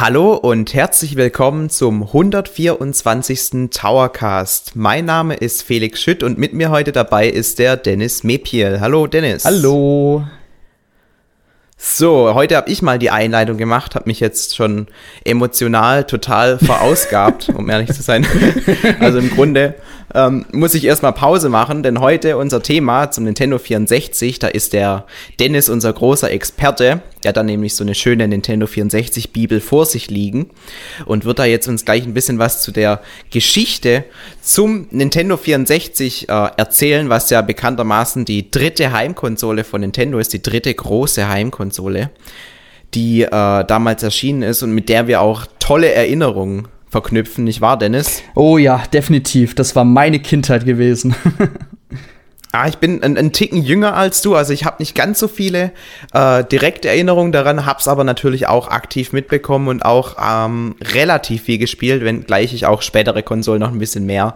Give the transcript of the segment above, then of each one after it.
Hallo und herzlich willkommen zum 124. Towercast. Mein Name ist Felix Schütt und mit mir heute dabei ist der Dennis Mepiel. Hallo Dennis. Hallo. So, heute habe ich mal die Einleitung gemacht, habe mich jetzt schon emotional total verausgabt, um ehrlich zu sein. Also im Grunde muss ich erstmal Pause machen, denn heute unser Thema zum Nintendo 64, da ist der Dennis unser großer Experte, der hat dann nämlich so eine schöne Nintendo 64 Bibel vor sich liegen und wird da jetzt uns gleich ein bisschen was zu der Geschichte zum Nintendo 64 erzählen, was ja bekanntermaßen die dritte Heimkonsole von Nintendo ist, die dritte große Heimkonsole, die damals erschienen ist und mit der wir auch tolle Erinnerungen verknüpfen, nicht wahr, Dennis? Oh ja, definitiv. Das war meine Kindheit gewesen. Ich bin ein Ticken jünger als du, also ich habe nicht ganz so viele direkte Erinnerungen daran, hab's aber natürlich auch aktiv mitbekommen und auch relativ viel gespielt, wenngleich ich auch spätere Konsolen noch ein bisschen mehr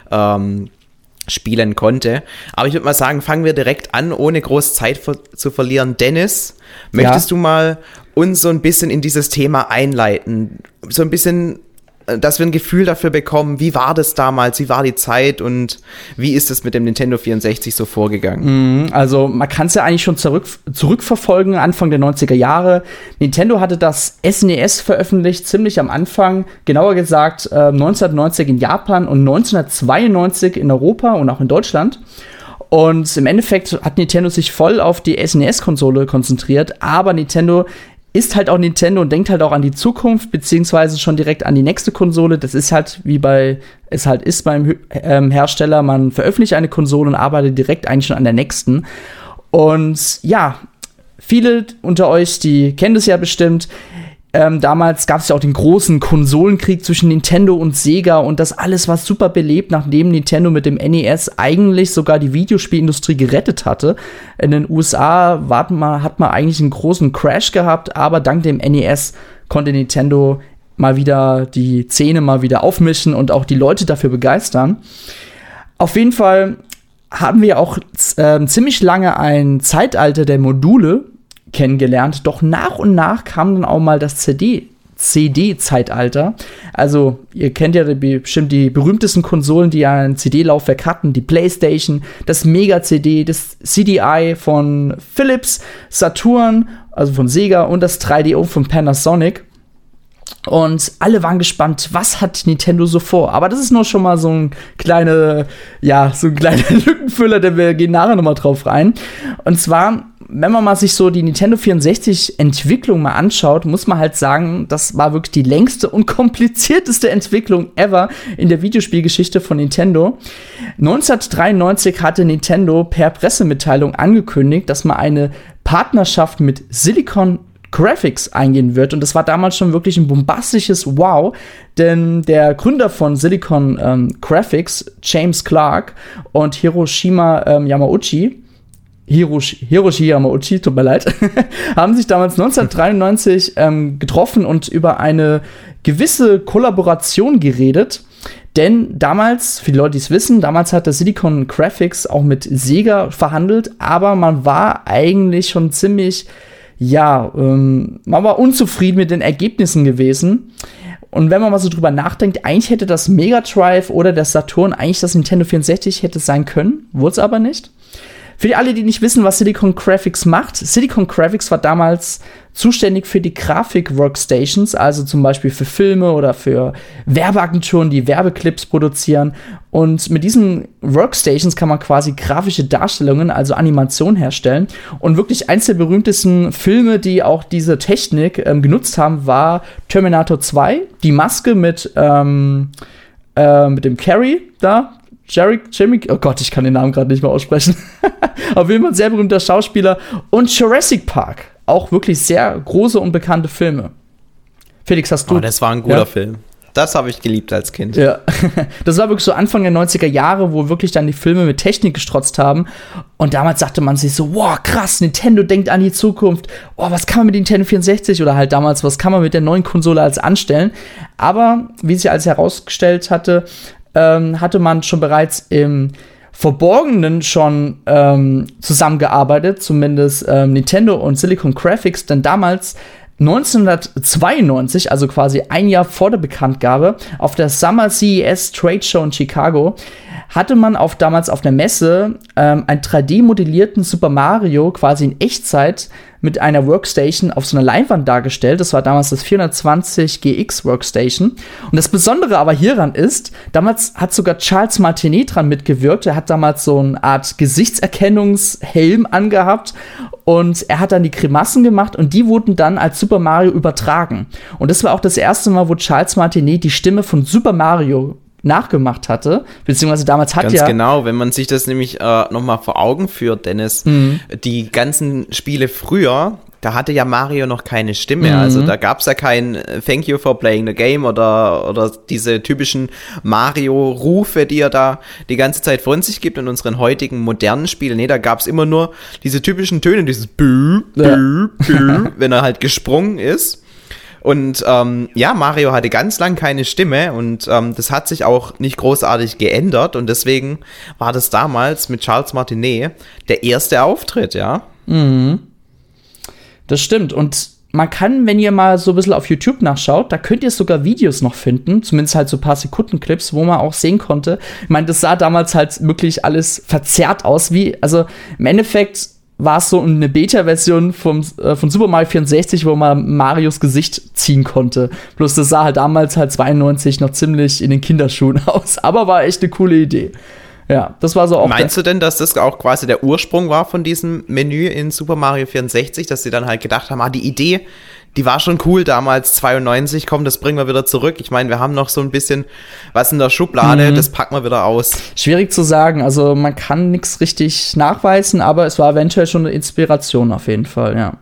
spielen konnte. Aber ich würde mal sagen, fangen wir direkt an, ohne groß Zeit zu verlieren. Dennis, möchtest du mal uns so ein bisschen in dieses Thema einleiten? So ein bisschen, dass wir ein Gefühl dafür bekommen, wie war das damals, wie war die Zeit und wie ist es mit dem Nintendo 64 so vorgegangen? Also man kann es ja eigentlich schon zurückverfolgen, Anfang der 90er Jahre. Nintendo hatte das SNES veröffentlicht, ziemlich am Anfang, genauer gesagt 1990 in Japan und 1992 in Europa und auch in Deutschland. Und im Endeffekt hat Nintendo sich voll auf die SNES-Konsole konzentriert, aber Nintendo ist halt auch Nintendo und denkt halt auch an die Zukunft, beziehungsweise schon direkt an die nächste Konsole. Das ist halt, wie es halt ist beim Hersteller, man veröffentlicht eine Konsole und arbeitet direkt eigentlich schon an der nächsten. Und ja, viele unter euch, die kennen das ja bestimmt. Damals gab es ja auch den großen Konsolenkrieg zwischen Nintendo und Sega und das alles war super belebt, nachdem Nintendo mit dem NES eigentlich sogar die Videospielindustrie gerettet hatte. In den USA hat man eigentlich einen großen Crash gehabt, aber dank dem NES konnte Nintendo mal wieder die Szene mal wieder aufmischen und auch die Leute dafür begeistern. Auf jeden Fall haben wir auch ziemlich lange ein Zeitalter der Module kennengelernt, doch nach und nach kam dann auch mal das CD-Zeitalter. Also ihr kennt ja bestimmt die berühmtesten Konsolen, die ja ein CD-Laufwerk hatten, die PlayStation, das Mega-CD, das CDI von Philips, Saturn, also von Sega und das 3DO von Panasonic. Und alle waren gespannt, was hat Nintendo so vor. Aber das ist nur schon mal so ein kleiner Lückenfüller, wir gehen nachher noch mal drauf rein. Und zwar, wenn man mal sich so die Nintendo 64 Entwicklung mal anschaut, muss man halt sagen, das war wirklich die längste und komplizierteste Entwicklung ever in der Videospielgeschichte von Nintendo. 1993 hatte Nintendo per Pressemitteilung angekündigt, dass man eine Partnerschaft mit Silicon Graphics eingehen wird. Und das war damals schon wirklich ein bombastisches Wow, denn der Gründer von Silicon Graphics, James Clark und Hiroshi Yamauchi, tut mir leid, haben sich damals 1993 getroffen und über eine gewisse Kollaboration geredet. Denn damals, viele Leute, die es wissen, damals hat der Silicon Graphics auch mit Sega verhandelt, aber man war eigentlich schon ziemlich man war unzufrieden mit den Ergebnissen gewesen. Und wenn man mal so drüber nachdenkt, eigentlich hätte das Mega Drive oder der Saturn eigentlich das Nintendo 64 hätte sein können, wurde es aber nicht. Für alle, die nicht wissen, was Silicon Graphics macht, Silicon Graphics war damals zuständig für die Grafik-Workstations, also zum Beispiel für Filme oder für Werbeagenturen, die Werbeclips produzieren. Und mit diesen Workstations kann man quasi grafische Darstellungen, also Animationen herstellen. Und wirklich eins der berühmtesten Filme, die auch diese Technik genutzt haben, war Terminator 2, die Maske mit dem Carrie da. Jeremy, oh Gott, ich kann den Namen gerade nicht mehr aussprechen. Auf jeden Fall ein sehr berühmter Schauspieler. Und Jurassic Park. Auch wirklich sehr große und bekannte Filme. Felix, hast du... das war ein guter Film. Das habe ich geliebt als Kind. Ja, das war wirklich so Anfang der 90er Jahre, wo wirklich dann die Filme mit Technik gestrotzt haben. Und damals sagte man sich so, wow, krass, Nintendo denkt an die Zukunft. Oh, was kann man mit Nintendo 64 oder halt damals, was kann man mit der neuen Konsole als anstellen? Aber, wie sich als herausgestellt hatte, hatte man schon bereits im Verborgenen schon zusammengearbeitet, zumindest Nintendo und Silicon Graphics, denn damals 1992, also quasi ein Jahr vor der Bekanntgabe, auf der Summer CES Trade Show in Chicago, hatte man damals auf der Messe einen 3D-modellierten Super Mario quasi in Echtzeit mit einer Workstation auf so einer Leinwand dargestellt. Das war damals das 420 GX Workstation. Und das Besondere aber hieran ist, damals hat sogar Charles Martinet dran mitgewirkt. Er hat damals so eine Art Gesichtserkennungshelm angehabt und er hat dann die Grimassen gemacht und die wurden dann als Super Mario übertragen. Und das war auch das erste Mal, wo Charles Martinet die Stimme von Super Mario nachgemacht hatte, beziehungsweise damals hat Ganz genau, wenn man sich das nämlich nochmal vor Augen führt, Dennis, die ganzen Spiele früher, da hatte ja Mario noch keine Stimme, also da gab es ja kein Thank you for playing the game oder diese typischen Mario-Rufe, die er da die ganze Zeit von sich gibt in unseren heutigen modernen Spielen. Nee, da gab es immer nur diese typischen Töne, dieses Bü, Bü, Bü, wenn er halt gesprungen ist. Und Mario hatte ganz lang keine Stimme und das hat sich auch nicht großartig geändert und deswegen war das damals mit Charles Martinet der erste Auftritt, ja. Mhm. Das stimmt und man kann, wenn ihr mal so ein bisschen auf YouTube nachschaut, da könnt ihr sogar Videos noch finden, zumindest halt so ein paar Sekundenclips, wo man auch sehen konnte. Ich meine, das sah damals halt wirklich alles verzerrt aus, also im Endeffekt war es so eine Beta-Version von Super Mario 64, wo man Marios Gesicht ziehen konnte. Bloß das sah halt damals halt 92 noch ziemlich in den Kinderschuhen aus. Aber war echt eine coole Idee. Ja, das war so auch. Meinst du denn, dass das auch quasi der Ursprung war von diesem Menü in Super Mario 64, dass sie dann halt gedacht haben, die Idee, die war schon cool damals, 92, komm, das bringen wir wieder zurück. Ich meine, wir haben noch so ein bisschen was in der Schublade, das packen wir wieder aus. Schwierig zu sagen, also man kann nichts richtig nachweisen, aber es war eventuell schon eine Inspiration auf jeden Fall, ja.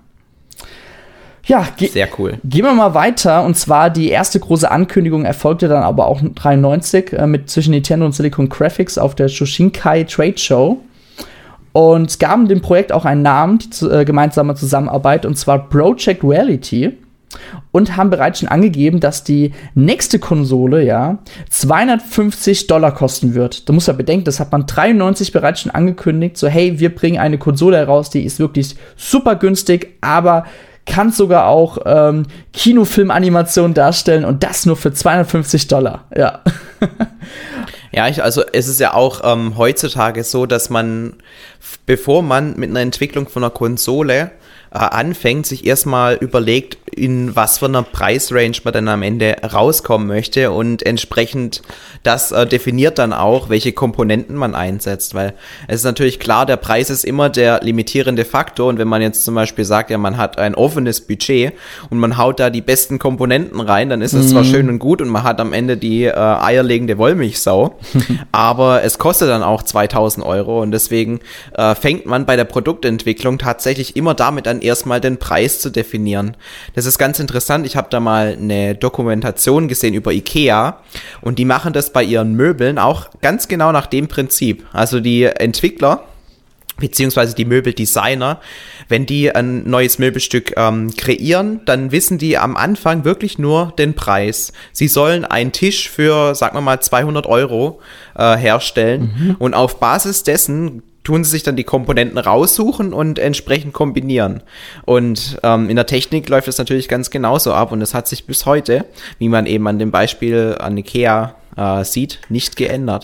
Ja, sehr cool. Gehen wir mal weiter, und zwar die erste große Ankündigung erfolgte dann aber auch 93 zwischen Nintendo und Silicon Graphics auf der Shoshinkai Trade Show. Und gaben dem Projekt auch einen Namen, die gemeinsame Zusammenarbeit, und zwar Project Reality. Und haben bereits schon angegeben, dass die nächste Konsole, $250 kosten wird. Da muss man bedenken, das hat man 93 bereits schon angekündigt. So, hey, wir bringen eine Konsole heraus, die ist wirklich super günstig, aber kann sogar auch Kinofilm-Animationen darstellen und das nur für $250. Ja. Ja, also es ist ja auch heutzutage so, dass man, bevor man mit einer Entwicklung von einer Konsole anfängt, sich erstmal überlegt, in was für einer Preisrange man dann am Ende rauskommen möchte, und entsprechend das definiert dann auch, welche Komponenten man einsetzt, weil es ist natürlich klar, der Preis ist immer der limitierende Faktor, und wenn man jetzt zum Beispiel sagt, ja, man hat ein offenes Budget und man haut da die besten Komponenten rein, dann ist es zwar schön und gut und man hat am Ende die eierlegende Wollmilchsau, aber es kostet dann auch 2.000 Euro, und deswegen fängt man bei der Produktentwicklung tatsächlich immer damit an, erstmal den Preis zu definieren. Das ist ganz interessant. Ich habe da mal eine Dokumentation gesehen über IKEA, und die machen das bei ihren Möbeln auch ganz genau nach dem Prinzip. Also die Entwickler beziehungsweise die Möbeldesigner, wenn die ein neues Möbelstück kreieren, dann wissen die am Anfang wirklich nur den Preis. Sie sollen einen Tisch für, sagen wir mal, 200 Euro herstellen, und auf Basis dessen tun sie sich dann die Komponenten raussuchen und entsprechend kombinieren. Und in der Technik läuft es natürlich ganz genauso ab, und es hat sich bis heute, wie man eben an dem Beispiel an IKEA sieht, nicht geändert.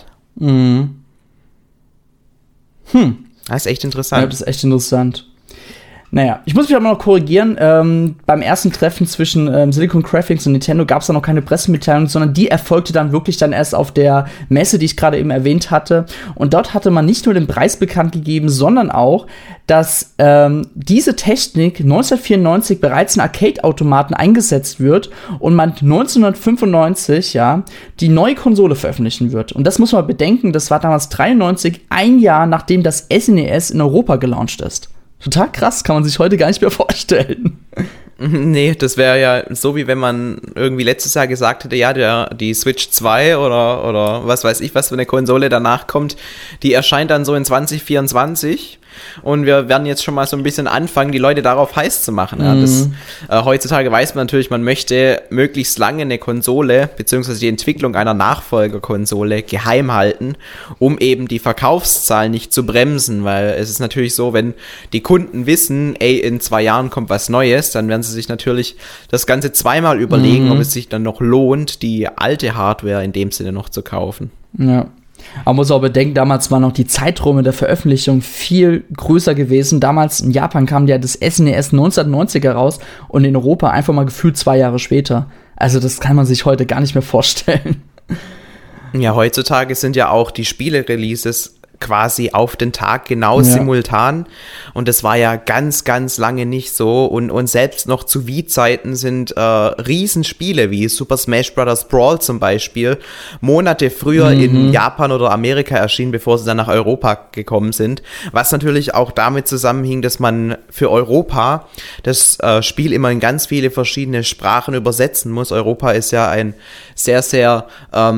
Das ist echt interessant. Ja, das ist echt interessant. Naja, ich muss mich aber noch korrigieren. Beim ersten Treffen zwischen Silicon Graphics und Nintendo gab es da noch keine Pressemitteilung, sondern die erfolgte dann wirklich dann erst auf der Messe, die ich gerade eben erwähnt hatte. Und dort hatte man nicht nur den Preis bekannt gegeben, sondern auch, dass diese Technik 1994 bereits in Arcade-Automaten eingesetzt wird und man 1995 die neue Konsole veröffentlichen wird. Und das muss man bedenken, das war damals 93, ein Jahr nachdem das SNES in Europa gelauncht ist. Total krass, kann man sich heute gar nicht mehr vorstellen. Nee, das wäre ja so, wie wenn man irgendwie letztes Jahr gesagt hätte, ja, die Switch 2 oder was weiß ich, was für eine Konsole danach kommt, die erscheint dann so in 2024. Und wir werden jetzt schon mal so ein bisschen anfangen, die Leute darauf heiß zu machen. Ja. Heutzutage weiß man natürlich, man möchte möglichst lange eine Konsole beziehungsweise die Entwicklung einer Nachfolgerkonsole geheim halten, um eben die Verkaufszahlen nicht zu bremsen, weil es ist natürlich so, wenn die Kunden wissen, ey, in 2 Jahren kommt was Neues, dann werden sie sich natürlich das Ganze zweimal überlegen, ob es sich dann noch lohnt, die alte Hardware in dem Sinne noch zu kaufen. Ja. Man muss auch bedenken, damals waren noch die Zeiträume der Veröffentlichung viel größer gewesen. Damals in Japan kam ja das SNES 1990 raus und in Europa einfach mal gefühlt 2 Jahre später. Also das kann man sich heute gar nicht mehr vorstellen. Ja, heutzutage sind ja auch die Spiele-Releases quasi auf den Tag genau simultan und das war ja ganz, ganz lange nicht so und selbst noch zu Wii-Zeiten sind Riesenspiele wie Super Smash Bros. Brawl zum Beispiel Monate früher in Japan oder Amerika erschienen, bevor sie dann nach Europa gekommen sind, was natürlich auch damit zusammenhing, dass man für Europa das Spiel immer in ganz viele verschiedene Sprachen übersetzen muss. Europa ist ja ein sehr, sehr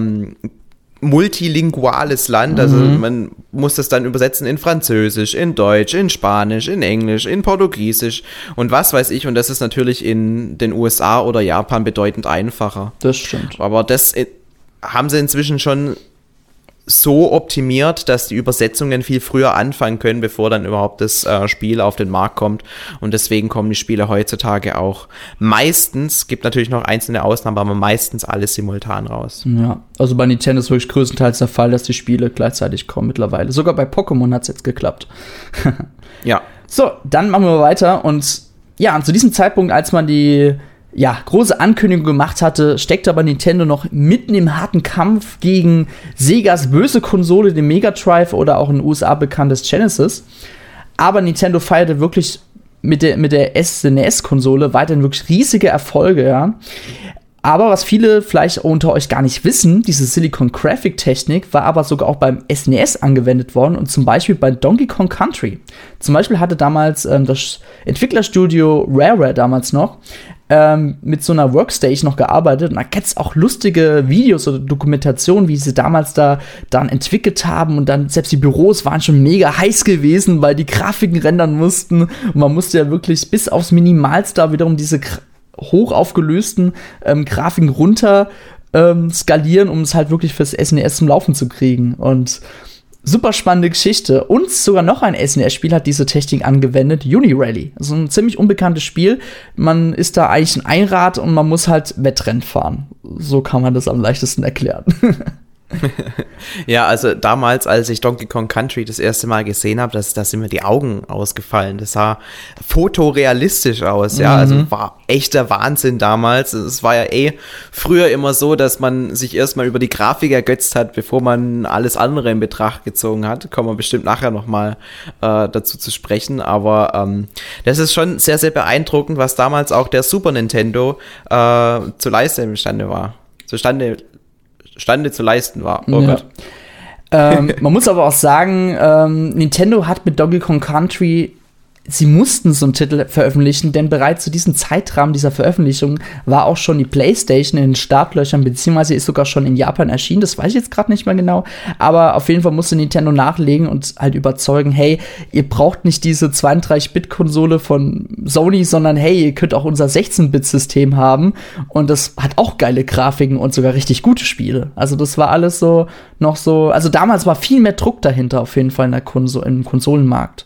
multilinguales Land, also man muss das dann übersetzen in Französisch, in Deutsch, in Spanisch, in Englisch, in Portugiesisch und was weiß ich, und das ist natürlich in den USA oder Japan bedeutend einfacher. Das stimmt. Aber das haben sie inzwischen schon so optimiert, dass die Übersetzungen viel früher anfangen können, bevor dann überhaupt das Spiel auf den Markt kommt. Und deswegen kommen die Spiele heutzutage auch meistens, gibt natürlich noch einzelne Ausnahmen, aber meistens alles simultan raus. Ja, also bei Nintendo ist wirklich größtenteils der Fall, dass die Spiele gleichzeitig kommen mittlerweile. Sogar bei Pokémon hat es jetzt geklappt. Ja. So, dann machen wir weiter. Und ja, zu diesem Zeitpunkt, als man die große Ankündigung gemacht hatte, steckte aber Nintendo noch mitten im harten Kampf gegen Segas böse Konsole, den Mega Drive oder auch in den USA bekanntes Genesis. Aber Nintendo feierte wirklich mit der SNES-Konsole weiterhin wirklich riesige Erfolge, ja. Aber was viele vielleicht unter euch gar nicht wissen, diese Silicon Graphic Technik war aber sogar auch beim SNES angewendet worden und zum Beispiel bei Donkey Kong Country. Zum Beispiel hatte damals das Entwicklerstudio Rare damals noch mit so einer Workstation noch gearbeitet und da gibt es auch lustige Videos oder Dokumentationen, wie sie damals da dann entwickelt haben und dann selbst die Büros waren schon mega heiß gewesen, weil die Grafiken rendern mussten und man musste ja wirklich bis aufs Minimalste da wiederum diese hoch aufgelösten Grafiken runter skalieren, um es halt wirklich fürs SNES zum Laufen zu kriegen. Und super spannende Geschichte. Und sogar noch ein SNES-Spiel hat diese Technik angewendet, Unirally. Also ein ziemlich unbekanntes Spiel. Man ist da eigentlich ein Einrad und man muss halt Wettrennen fahren. So kann man das am leichtesten erklären. Ja, also damals, als ich Donkey Kong Country das erste Mal gesehen habe, da sind mir die Augen ausgefallen. Das sah fotorealistisch aus, ja, also war echter Wahnsinn damals. Es war ja früher immer so, dass man sich erstmal über die Grafik ergötzt hat, bevor man alles andere in Betracht gezogen hat. Kommen wir bestimmt nachher nochmal dazu zu sprechen, aber das ist schon sehr, sehr beeindruckend, was damals auch der Super Nintendo zu leisten imstande war. Stande zu leisten war. Oh Gott. Man muss aber auch sagen, Nintendo hat mit Donkey Kong Country, sie mussten so einen Titel veröffentlichen, denn bereits zu diesem Zeitrahmen dieser Veröffentlichung war auch schon die PlayStation in den Startlöchern, beziehungsweise ist sogar schon in Japan erschienen, das weiß ich jetzt gerade nicht mehr genau, aber auf jeden Fall musste Nintendo nachlegen und halt überzeugen, hey, ihr braucht nicht diese 32-Bit-Konsole von Sony, sondern hey, ihr könnt auch unser 16-Bit-System haben und das hat auch geile Grafiken und sogar richtig gute Spiele. Also das war alles so, noch so, also damals war viel mehr Druck dahinter auf jeden Fall in der im Konsolenmarkt.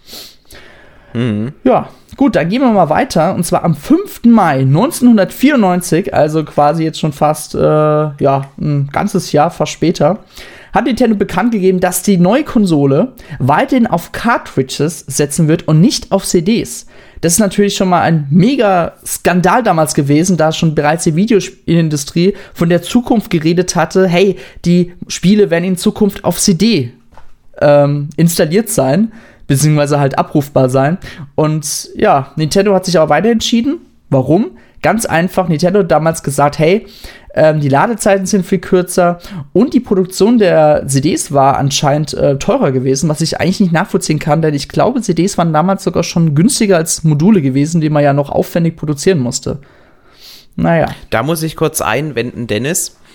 Ja, gut, dann gehen wir mal weiter. Und zwar am 5. Mai 1994, also quasi jetzt schon fast ein ganzes Jahr fast später, hat Nintendo bekannt gegeben, dass die neue Konsole weiterhin auf Cartridges setzen wird und nicht auf CDs. Das ist natürlich schon mal ein mega Skandal damals gewesen, da schon bereits die Videospielindustrie von der Zukunft geredet hatte, hey, die Spiele werden in Zukunft auf CD installiert sein, beziehungsweise halt abrufbar sein. Und ja, Nintendo hat sich aber weiter entschieden. Warum? Ganz einfach, Nintendo hat damals gesagt, hey, die Ladezeiten sind viel kürzer und die Produktion der CDs war anscheinend teurer gewesen, was ich eigentlich nicht nachvollziehen kann, denn ich glaube, CDs waren damals sogar schon günstiger als Module gewesen, die man ja noch aufwendig produzieren musste. Naja. Da muss ich kurz einwenden, Dennis.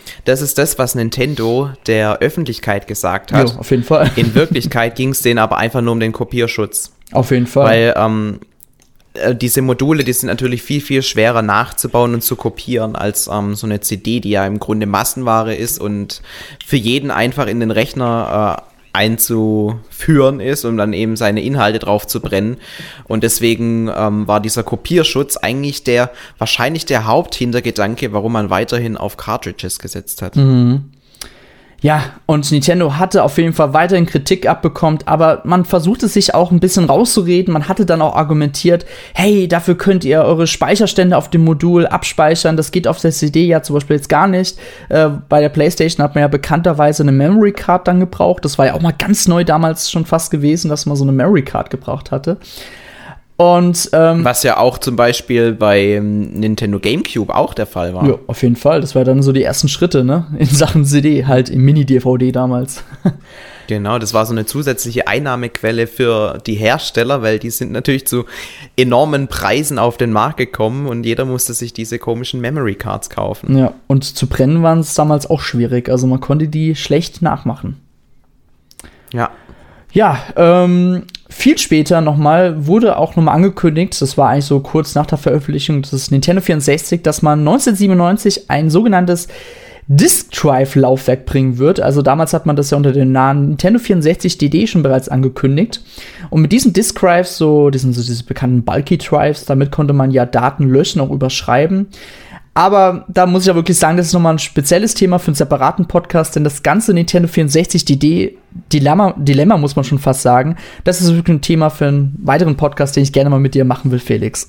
das ist das, was Nintendo der Öffentlichkeit gesagt hat. Ja, auf jeden Fall. In Wirklichkeit ging es denen aber einfach nur um den Kopierschutz. Auf jeden Fall. Weil diese Module, die sind natürlich viel, viel schwerer nachzubauen und zu kopieren als so eine CD, die ja im Grunde Massenware ist und für jeden einfach in den Rechner einzuführen ist, um dann eben seine Inhalte drauf zu brennen. Und deswegen war dieser Kopierschutz eigentlich wahrscheinlich der Haupthintergedanke, warum man weiterhin auf Cartridges gesetzt hat. Mhm. Ja, und Nintendo hatte auf jeden Fall weiterhin Kritik abbekommen, aber man versuchte sich auch ein bisschen rauszureden. Man hatte dann auch argumentiert, hey, dafür könnt ihr eure Speicherstände auf dem Modul abspeichern. Das geht auf der CD ja zum Beispiel jetzt gar nicht. Bei der PlayStation hat man ja bekannterweise eine Memory Card dann gebraucht. Das war ja auch mal ganz neu damals schon fast gewesen, dass man so eine Memory Card gebraucht hatte. Und, was ja auch zum Beispiel bei Nintendo GameCube auch der Fall war. Ja, auf jeden Fall. Das war dann so die ersten Schritte, ne? In Sachen CD, halt im Mini-DVD damals. Genau, das war so eine zusätzliche Einnahmequelle für die Hersteller, weil die sind natürlich zu enormen Preisen auf den Markt gekommen und jeder musste sich diese komischen Memory Cards kaufen. Ja, und zu brennen waren es damals auch schwierig. Also man konnte die schlecht nachmachen. Ja. Ja, viel später wurde auch nochmal angekündigt, das war eigentlich so kurz nach der Veröffentlichung des Nintendo 64, dass man 1997 ein sogenanntes Disk Drive Laufwerk bringen wird. Also damals hat man das ja unter dem Namen Nintendo 64 DD schon bereits angekündigt. Und mit diesen Disk Drives, diese bekannten Bulky Drives, damit konnte man ja Daten löschen, auch überschreiben. Aber da muss ich ja wirklich sagen, das ist nochmal ein spezielles Thema für einen separaten Podcast, denn das ganze Nintendo 64 Dilemma muss man schon fast sagen, das ist wirklich ein Thema für einen weiteren Podcast, den ich gerne mal mit dir machen will, Felix.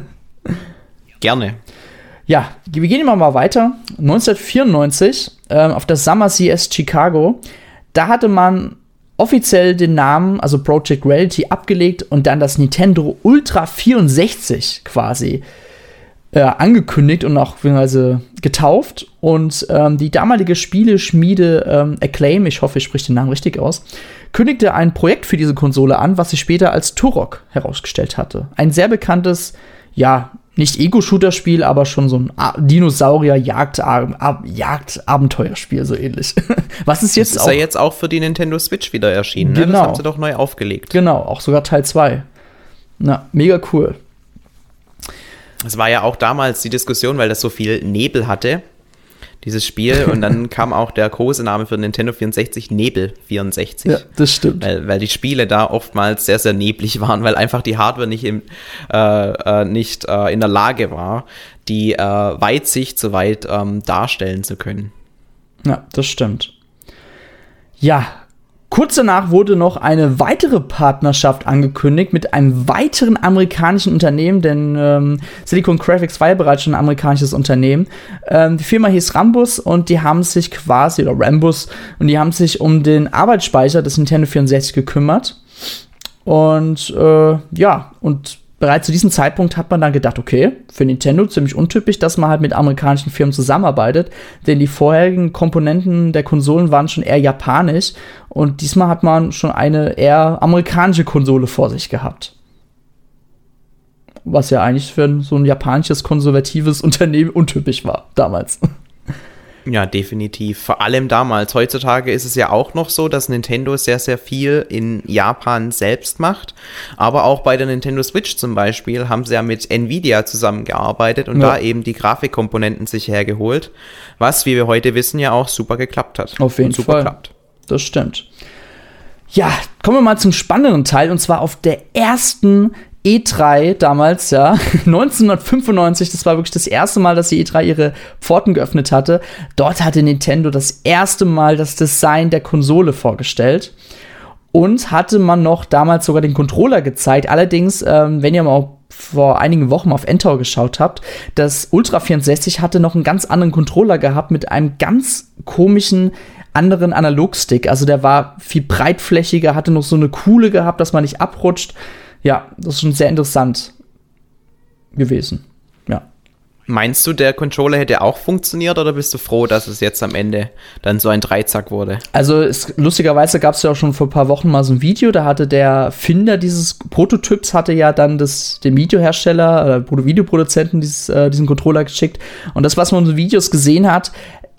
Gerne. Ja, wir gehen immer mal weiter. 1994 auf der Summer CS Chicago, da hatte man offiziell den Namen, also Project Reality, abgelegt und dann das Nintendo Ultra 64 quasi angekündigt und auch getauft. Und die damalige Spieleschmiede Acclaim, ich hoffe, ich spreche den Namen richtig aus, kündigte ein Projekt für diese Konsole an, was sich später als Turok herausgestellt hatte. Ein sehr bekanntes, ja, nicht Ego-Shooter-Spiel, aber schon so ein Dinosaurier-Jagd-Abenteuerspiel, so ähnlich. Was ist jetzt das ist ja jetzt auch für die Nintendo Switch wieder erschienen, genau. Ne? Das haben sie doch neu aufgelegt. Genau, auch sogar Teil 2. Na, mega cool. Es war ja auch damals die Diskussion, weil das so viel Nebel hatte, dieses Spiel. Und dann kam auch der Kosename für Nintendo 64, Nebel 64. Ja, das stimmt. Weil die Spiele da oftmals sehr, sehr neblig waren, weil einfach die Hardware nicht in der Lage war, die Weitsicht so weit darstellen zu können. Ja, das stimmt. Ja, kurz danach wurde noch eine weitere Partnerschaft angekündigt mit einem weiteren amerikanischen Unternehmen, denn Silicon Graphics war ja bereits schon ein amerikanisches Unternehmen. Die Firma hieß Rambus und die haben sich Rambus um den Arbeitsspeicher des Nintendo 64 gekümmert. Und und bereits zu diesem Zeitpunkt hat man dann gedacht, okay, für Nintendo ziemlich untypisch, dass man halt mit amerikanischen Firmen zusammenarbeitet, denn die vorherigen Komponenten der Konsolen waren schon eher japanisch und diesmal hat man schon eine eher amerikanische Konsole vor sich gehabt. Was ja eigentlich für so ein japanisches, konservatives Unternehmen untypisch war, damals. Ja, definitiv. Vor allem damals. Heutzutage ist es ja auch noch so, dass Nintendo sehr, sehr viel in Japan selbst macht. Aber auch bei der Nintendo Switch zum Beispiel haben sie ja mit Nvidia zusammengearbeitet und da eben die Grafikkomponenten sich hergeholt. Was, wie wir heute wissen, ja auch super geklappt hat. Auf jeden Fall. Klappt. Das stimmt. Ja, kommen wir mal zum spannenderen Teil und zwar auf der ersten E3 damals, ja, 1995, das war wirklich das erste Mal, dass die E3 ihre Pforten geöffnet hatte. Dort hatte Nintendo das erste Mal das Design der Konsole vorgestellt und hatte man noch damals sogar den Controller gezeigt. Allerdings, wenn ihr mal vor einigen Wochen mal auf N-Tower geschaut habt, das Ultra 64 hatte noch einen ganz anderen Controller gehabt mit einem ganz komischen anderen Analogstick. Also der war viel breitflächiger, hatte noch so eine Kuhle gehabt, dass man nicht abrutscht. Ja, das ist schon sehr interessant gewesen. Ja. Meinst du, der Controller hätte auch funktioniert oder bist du froh, dass es jetzt am Ende dann so ein Dreizack wurde? Also lustigerweise gab es ja auch schon vor ein paar Wochen mal so ein Video, da hatte der Erfinder dieses Prototyps hatte ja dann den Videohersteller oder Videoproduzenten diesen Controller geschickt. Und das, was man in so Videos gesehen hat,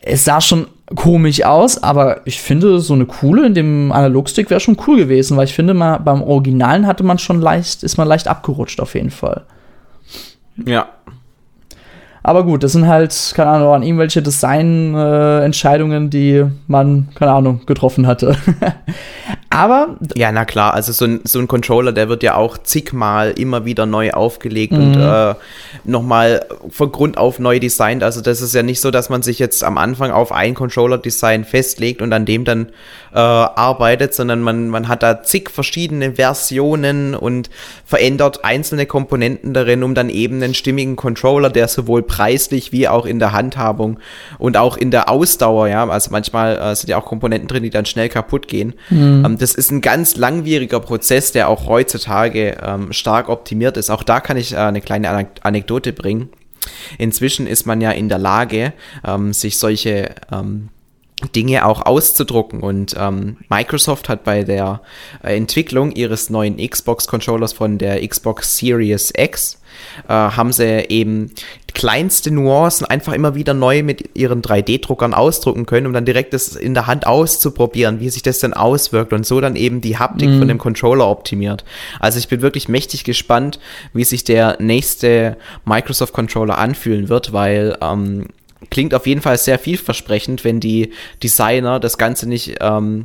es sah schon komisch aus, aber ich finde, so eine coole in dem Analogstick wäre schon cool gewesen, weil ich finde, beim Originalen ist man leicht abgerutscht auf jeden Fall. Ja. Aber gut, das sind halt, keine Ahnung, irgendwelche Design-Entscheidungen, die man, keine Ahnung, getroffen hatte. Aber ja, na klar, also so ein Controller, der wird ja auch zigmal immer wieder neu aufgelegt und nochmal von Grund auf neu designt. Also das ist ja nicht so, dass man sich jetzt am Anfang auf ein Controller-Design festlegt und an dem dann arbeitet, sondern man hat da zig verschiedene Versionen und verändert einzelne Komponenten darin, um dann eben einen stimmigen Controller, der sowohl preislich wie auch in der Handhabung und auch in der Ausdauer, ja, also manchmal sind ja auch Komponenten drin, die dann schnell kaputt gehen. Das ist ein ganz langwieriger Prozess, der auch heutzutage stark optimiert ist. Auch da kann ich eine kleine Anekdote bringen. Inzwischen ist man ja in der Lage, sich solche Dinge auch auszudrucken und Microsoft hat bei der Entwicklung ihres neuen Xbox-Controllers von der Xbox Series X haben sie eben kleinste Nuancen einfach immer wieder neu mit ihren 3D-Druckern ausdrucken können, um dann direkt das in der Hand auszuprobieren, wie sich das dann auswirkt und so dann eben die Haptik von dem Controller optimiert. Also ich bin wirklich mächtig gespannt, wie sich der nächste Microsoft-Controller anfühlen wird, weil klingt auf jeden Fall sehr vielversprechend, wenn die Designer das Ganze nicht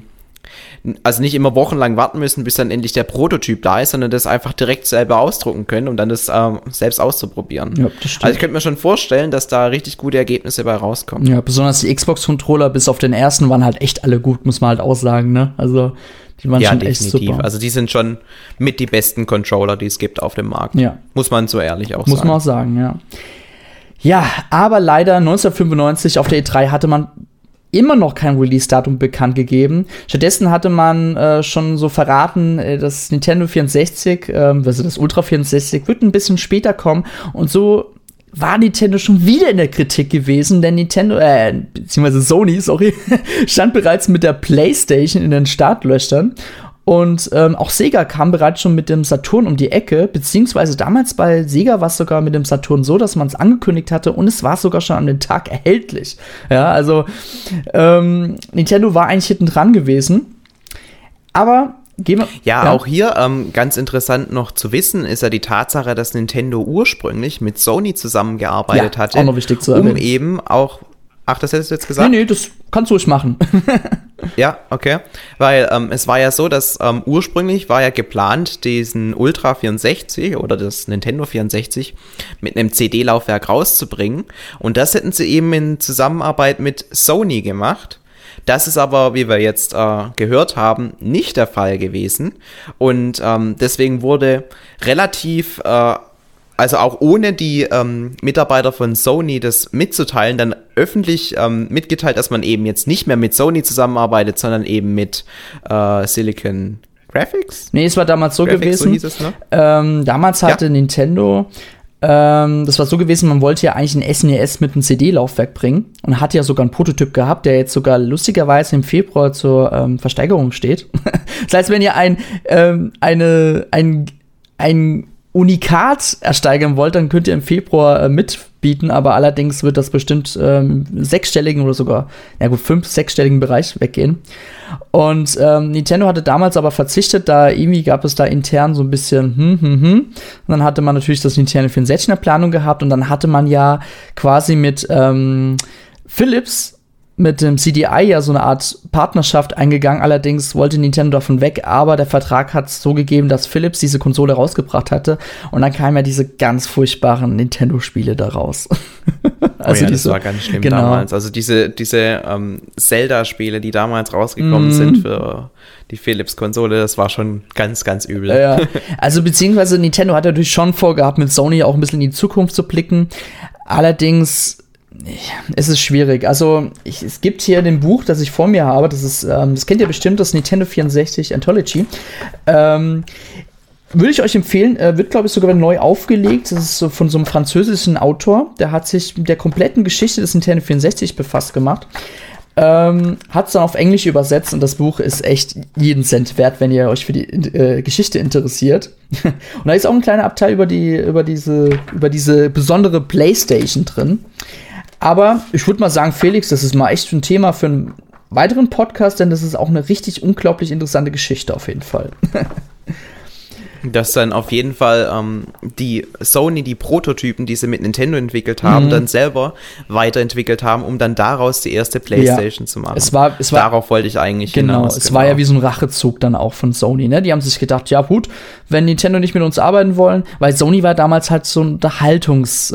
nicht immer wochenlang warten müssen, bis dann endlich der Prototyp da ist, sondern das einfach direkt selber ausdrucken können, um dann das selbst auszuprobieren. Ja, das stimmt. Also ich könnte mir schon vorstellen, dass da richtig gute Ergebnisse bei rauskommen. Ja, besonders die Xbox-Controller bis auf den ersten waren halt echt alle gut, muss man halt auch sagen, ne? Also die waren schon definitiv. Echt super. Also die sind schon mit die besten Controller, die es gibt auf dem Markt. Ja. Muss man so ehrlich auch sagen. Muss man auch sagen, ja. Ja, aber leider 1995 auf der E3 hatte man immer noch kein Release-Datum bekannt gegeben. Stattdessen hatte man schon so verraten, das Nintendo 64, also das Ultra 64, wird ein bisschen später kommen. Und so war Nintendo schon wieder in der Kritik gewesen, denn beziehungsweise Sony, stand bereits mit der PlayStation in den Startlöchern. Und auch Sega kam bereits schon mit dem Saturn um die Ecke, beziehungsweise damals bei Sega war es sogar mit dem Saturn so, dass man es angekündigt hatte und es war sogar schon an dem Tag erhältlich. Ja, also Nintendo war eigentlich hinten dran gewesen. Aber auch hier ganz interessant noch zu wissen, ist ja die Tatsache, dass Nintendo ursprünglich mit Sony zusammengearbeitet hatte, auch noch wichtig zu erwähnen. Um eben auch. Ach, das hättest du jetzt gesagt? Nee, das kannst du ruhig machen. Ja, okay. Weil es war ja so, dass ursprünglich war ja geplant, diesen Ultra 64 oder das Nintendo 64 mit einem CD-Laufwerk rauszubringen. Und das hätten sie eben in Zusammenarbeit mit Sony gemacht. Das ist aber, wie wir jetzt gehört haben, nicht der Fall gewesen. Und deswegen wurde relativ also auch ohne die Mitarbeiter von Sony das mitzuteilen, dann öffentlich mitgeteilt, dass man eben jetzt nicht mehr mit Sony zusammenarbeitet, sondern eben mit Silicon Graphics? Nee, es war damals so gewesen. So hieß es, ne? Damals hatte Nintendo, das war so gewesen, man wollte ja eigentlich ein SNES mit einem CD-Laufwerk bringen und hatte ja sogar einen Prototyp gehabt, der jetzt sogar lustigerweise im Februar zur Versteigerung steht. Das heißt, wenn ihr ein Unikat ersteigern wollt, dann könnt ihr im Februar mitbieten, aber allerdings wird das bestimmt sechsstelligen oder sogar, 5-6-stelligen Bereich weggehen. Und Nintendo hatte damals aber verzichtet, da irgendwie gab es da intern so ein bisschen Und dann hatte man natürlich das Nintendo 64 in der Planung gehabt und dann hatte man ja quasi mit Philips mit dem CDI ja so eine Art Partnerschaft eingegangen. Allerdings wollte Nintendo davon weg, aber der Vertrag hat es so gegeben, dass Philips diese Konsole rausgebracht hatte und dann kamen ja diese ganz furchtbaren Nintendo-Spiele da raus. Also das war ganz schlimm damals. Also diese Zelda-Spiele, die damals rausgekommen sind für die Philips-Konsole, das war schon ganz, ganz übel. Ja. Also beziehungsweise Nintendo hat natürlich schon vorgehabt, mit Sony auch ein bisschen in die Zukunft zu blicken. Allerdings es ist schwierig. Also, es gibt hier in dem Buch, das ich vor mir habe, das kennt ihr bestimmt, das Nintendo 64 Anthology. Würde ich euch empfehlen, wird, glaube ich, sogar neu aufgelegt. Das ist so von so einem französischen Autor, der hat sich mit der kompletten Geschichte des Nintendo 64 befasst gemacht. Hat es dann auf Englisch übersetzt und das Buch ist echt jeden Cent wert, wenn ihr euch für die Geschichte interessiert. Und da ist auch ein kleiner Abteil über diese besondere PlayStation drin. Aber ich würde mal sagen, Felix, das ist mal echt ein Thema für einen weiteren Podcast, denn das ist auch eine richtig unglaublich interessante Geschichte auf jeden Fall. Dass dann auf jeden Fall die Sony, die Prototypen, die sie mit Nintendo entwickelt haben, dann selber weiterentwickelt haben, um dann daraus die erste PlayStation zu machen. Es war, darauf wollte ich eigentlich hinaus. Es war ja wie so ein Rachezug dann auch von Sony, ne? Die haben sich gedacht, ja gut, wenn Nintendo nicht mit uns arbeiten wollen, weil Sony war damals halt so ein Unterhaltungs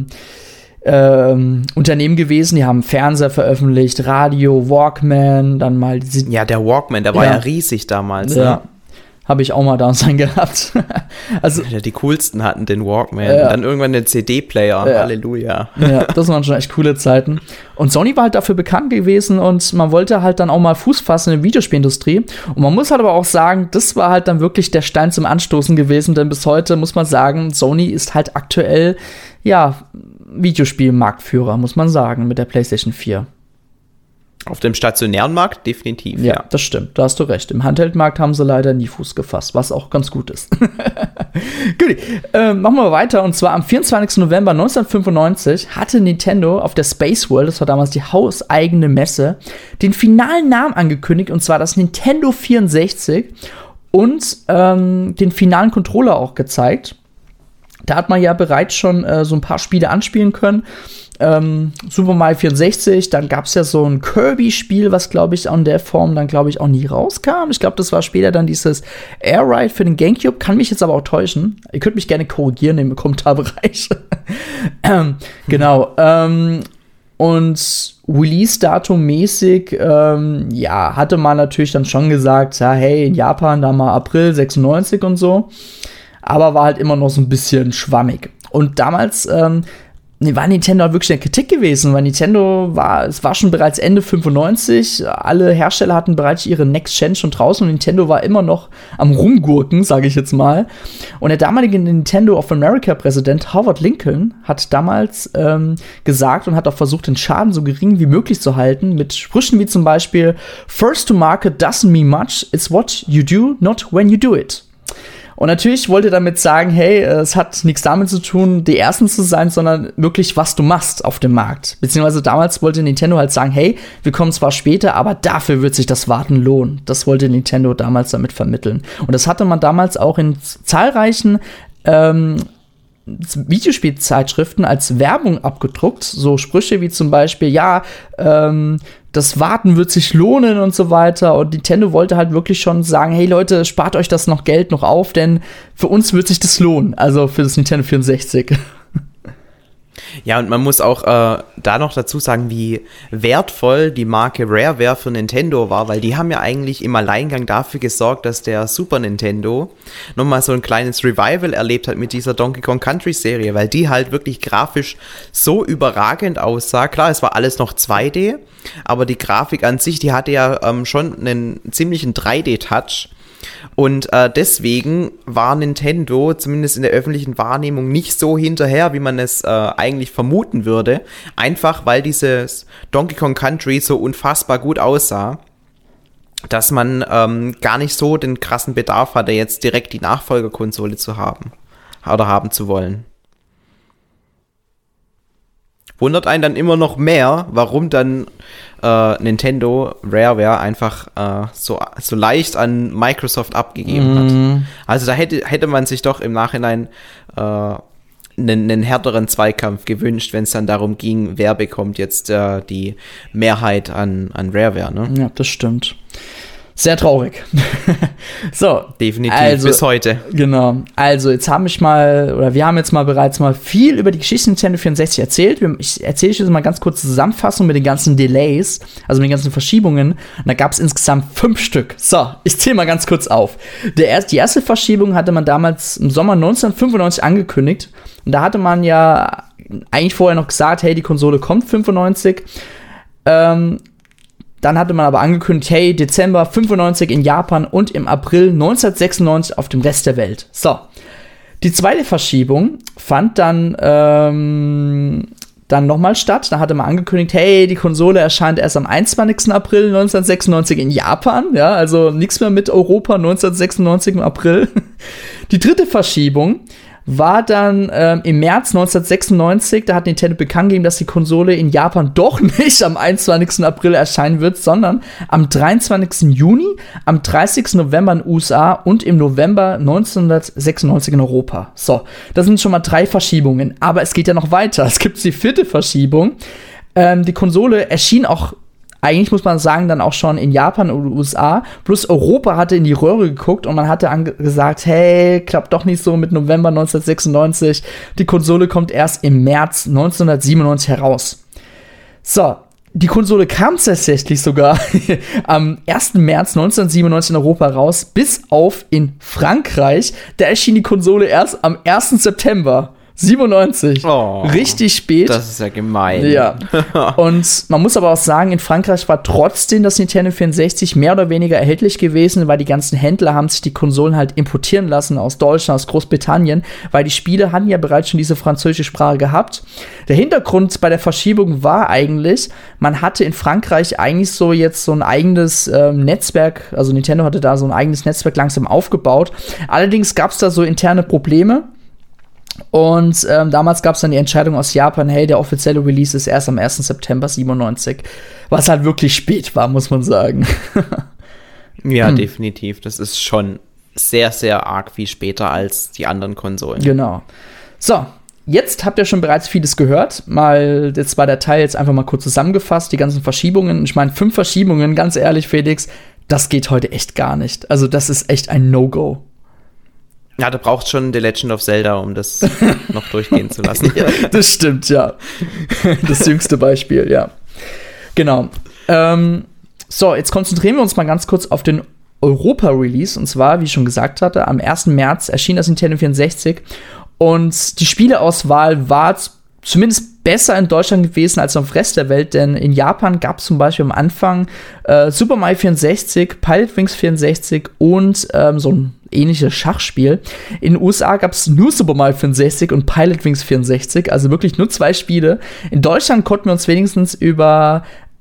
Unternehmen gewesen, die haben Fernseher veröffentlicht, Radio, Walkman, dann mal ja, der Walkman, der war ja riesig damals, ne? Ja. Habe ich auch mal damals gehabt. Also, ja, die coolsten hatten den Walkman. Und dann irgendwann den CD-Player. Halleluja. Ja, das waren schon echt coole Zeiten. Und Sony war halt dafür bekannt gewesen und man wollte halt dann auch mal Fuß fassen in der Videospielindustrie. Und man muss halt aber auch sagen, das war halt dann wirklich der Stein zum Anstoßen gewesen, denn bis heute muss man sagen, Sony ist halt aktuell, ja, Videospielmarktführer, muss man sagen, mit der PlayStation 4. Auf dem stationären Markt definitiv, ja. Das stimmt, da hast du recht. Im Handheldmarkt haben sie leider nie Fuß gefasst, was auch ganz gut ist. Gut, machen wir weiter. Und zwar am 24. November 1995 hatte Nintendo auf der Space World, das war damals die hauseigene Messe, den finalen Namen angekündigt, und zwar das Nintendo 64 und den finalen Controller auch gezeigt. Da hat man ja bereits schon so ein paar Spiele anspielen können. Super Mario 64, dann gab es ja so ein Kirby-Spiel, was, glaube ich, in der Form dann, glaube ich, auch nie rauskam. Ich glaube, das war später dann dieses Air Ride für den GameCube, kann mich jetzt aber auch täuschen. Ihr könnt mich gerne korrigieren im Kommentarbereich. Genau. Und Release-Datum mäßig, ja, hatte man natürlich dann schon gesagt, ja, hey, in Japan da mal April 96 und so. Aber war halt immer noch so ein bisschen schwammig. Und damals war Nintendo halt wirklich in der Kritik gewesen, weil es war schon bereits Ende 95, alle Hersteller hatten bereits ihre Next-Gen schon draußen und Nintendo war immer noch am Rumgurken, sage ich jetzt mal. Und der damalige Nintendo of America-Präsident Howard Lincoln hat damals gesagt und hat auch versucht, den Schaden so gering wie möglich zu halten, mit Sprüchen wie zum Beispiel "First to market doesn't mean much, it's what you do, not when you do it." Und natürlich wollte er damit sagen, hey, es hat nichts damit zu tun, die Ersten zu sein, sondern wirklich, was du machst auf dem Markt. Beziehungsweise damals wollte Nintendo halt sagen, hey, wir kommen zwar später, aber dafür wird sich das Warten lohnen. Das wollte Nintendo damals damit vermitteln. Und das hatte man damals auch in zahlreichen Videospielzeitschriften als Werbung abgedruckt. So Sprüche wie zum Beispiel, ja, das Warten wird sich lohnen und so weiter. Und Nintendo wollte halt wirklich schon sagen, hey Leute, spart euch das Geld noch auf, denn für uns wird sich das lohnen. Also für das Nintendo 64. Ja, und man muss auch da noch dazu sagen, wie wertvoll die Marke Rareware für Nintendo war, weil die haben ja eigentlich im Alleingang dafür gesorgt, dass der Super Nintendo nochmal so ein kleines Revival erlebt hat mit dieser Donkey Kong Country Serie, weil die halt wirklich grafisch so überragend aussah. Klar, es war alles noch 2D, aber die Grafik an sich, die hatte ja schon einen ziemlichen 3D-Touch. Und deswegen war Nintendo, zumindest in der öffentlichen Wahrnehmung, nicht so hinterher, wie man es eigentlich vermuten würde. Einfach, weil dieses Donkey Kong Country so unfassbar gut aussah, dass man gar nicht so den krassen Bedarf hatte, jetzt direkt die Nachfolgerkonsole zu haben oder haben zu wollen. Wundert einen dann immer noch mehr, warum dann Nintendo Rareware einfach so leicht an Microsoft abgegeben hat. Also da hätte man sich doch im Nachhinein einen härteren Zweikampf gewünscht, wenn es dann darum ging, wer bekommt jetzt die Mehrheit an Rareware, ne? Ja, das stimmt. Sehr traurig. So. Definitiv, also, bis heute. Genau. Also, wir haben jetzt bereits mal viel über die Geschichte Nintendo 64 erzählt. Ich erzähle euch jetzt mal ganz kurz Zusammenfassung mit den ganzen Delays, also mit den ganzen Verschiebungen. Und da gab es insgesamt 5 Stück. So, ich zähle mal ganz kurz auf. Die erste Verschiebung hatte man damals im Sommer 1995 angekündigt. Und da hatte man ja eigentlich vorher noch gesagt, hey, die Konsole kommt 95. Dann hatte man aber angekündigt, hey, Dezember 95 in Japan und im April 1996 auf dem Rest der Welt. So, die zweite Verschiebung fand dann nochmal statt. Da hatte man angekündigt, hey, die Konsole erscheint erst am 21. April 1996 in Japan. Ja, also nichts mehr mit Europa 1996 im April. Die dritte Verschiebung war dann im März 1996, da hat Nintendo bekannt gegeben, dass die Konsole in Japan doch nicht am 21. April erscheinen wird, sondern am 23. Juni, am 30. November in den USA und im November 1996 in Europa. So, das sind schon mal 3 Verschiebungen, aber es geht ja noch weiter. Es gibt die 4. Verschiebung. Die Konsole erschien auch eigentlich, muss man sagen, dann auch schon in Japan und USA. Plus Europa hatte in die Röhre geguckt und man hatte gesagt, hey, klappt doch nicht so mit November 1996. Die Konsole kommt erst im März 1997 heraus. So, die Konsole kam tatsächlich sogar am 1. März 1997 in Europa raus, bis auf in Frankreich. Da erschien die Konsole erst am 1. September 97. Oh, richtig spät. Das ist ja gemein. Ja. Und man muss aber auch sagen, in Frankreich war trotzdem das Nintendo 64 mehr oder weniger erhältlich gewesen, weil die ganzen Händler haben sich die Konsolen halt importieren lassen aus Deutschland, aus Großbritannien, weil die Spiele hatten ja bereits schon diese französische Sprache gehabt. Der Hintergrund bei der Verschiebung war eigentlich, man hatte in Frankreich eigentlich so jetzt so ein eigenes Netzwerk, also Nintendo hatte da so ein eigenes Netzwerk langsam aufgebaut. Allerdings gab es da so interne Probleme. Und damals gab es dann die Entscheidung aus Japan, hey, der offizielle Release ist erst am 1. September 97, was halt wirklich spät war, muss man sagen. Ja, definitiv. Das ist schon sehr, sehr arg viel später als die anderen Konsolen. Genau. So, jetzt habt ihr schon bereits vieles gehört. Jetzt war der Teil jetzt einfach mal kurz zusammengefasst, die ganzen Verschiebungen. Ich meine, 5 Verschiebungen, ganz ehrlich, Felix, das geht heute echt gar nicht. Also das ist echt ein No-Go. Ja, du brauchst schon The Legend of Zelda, um das noch durchgehen zu lassen. Ja, das stimmt, ja. Das jüngste Beispiel, ja. Genau. So, jetzt konzentrieren wir uns mal ganz kurz auf den Europa-Release. Und zwar, wie ich schon gesagt hatte, am 1. März erschien das Nintendo 64. Und die Spieleauswahl war zumindest besser in Deutschland gewesen als im Rest der Welt, denn in Japan gab es zum Beispiel am Anfang Super Mario 64, Pilot Wings 64 und so ein ähnliches Schachspiel. In den USA gab es nur Super Mario 64 und Pilot Wings 64, also wirklich nur 2 Spiele. In Deutschland konnten wir uns wenigstens über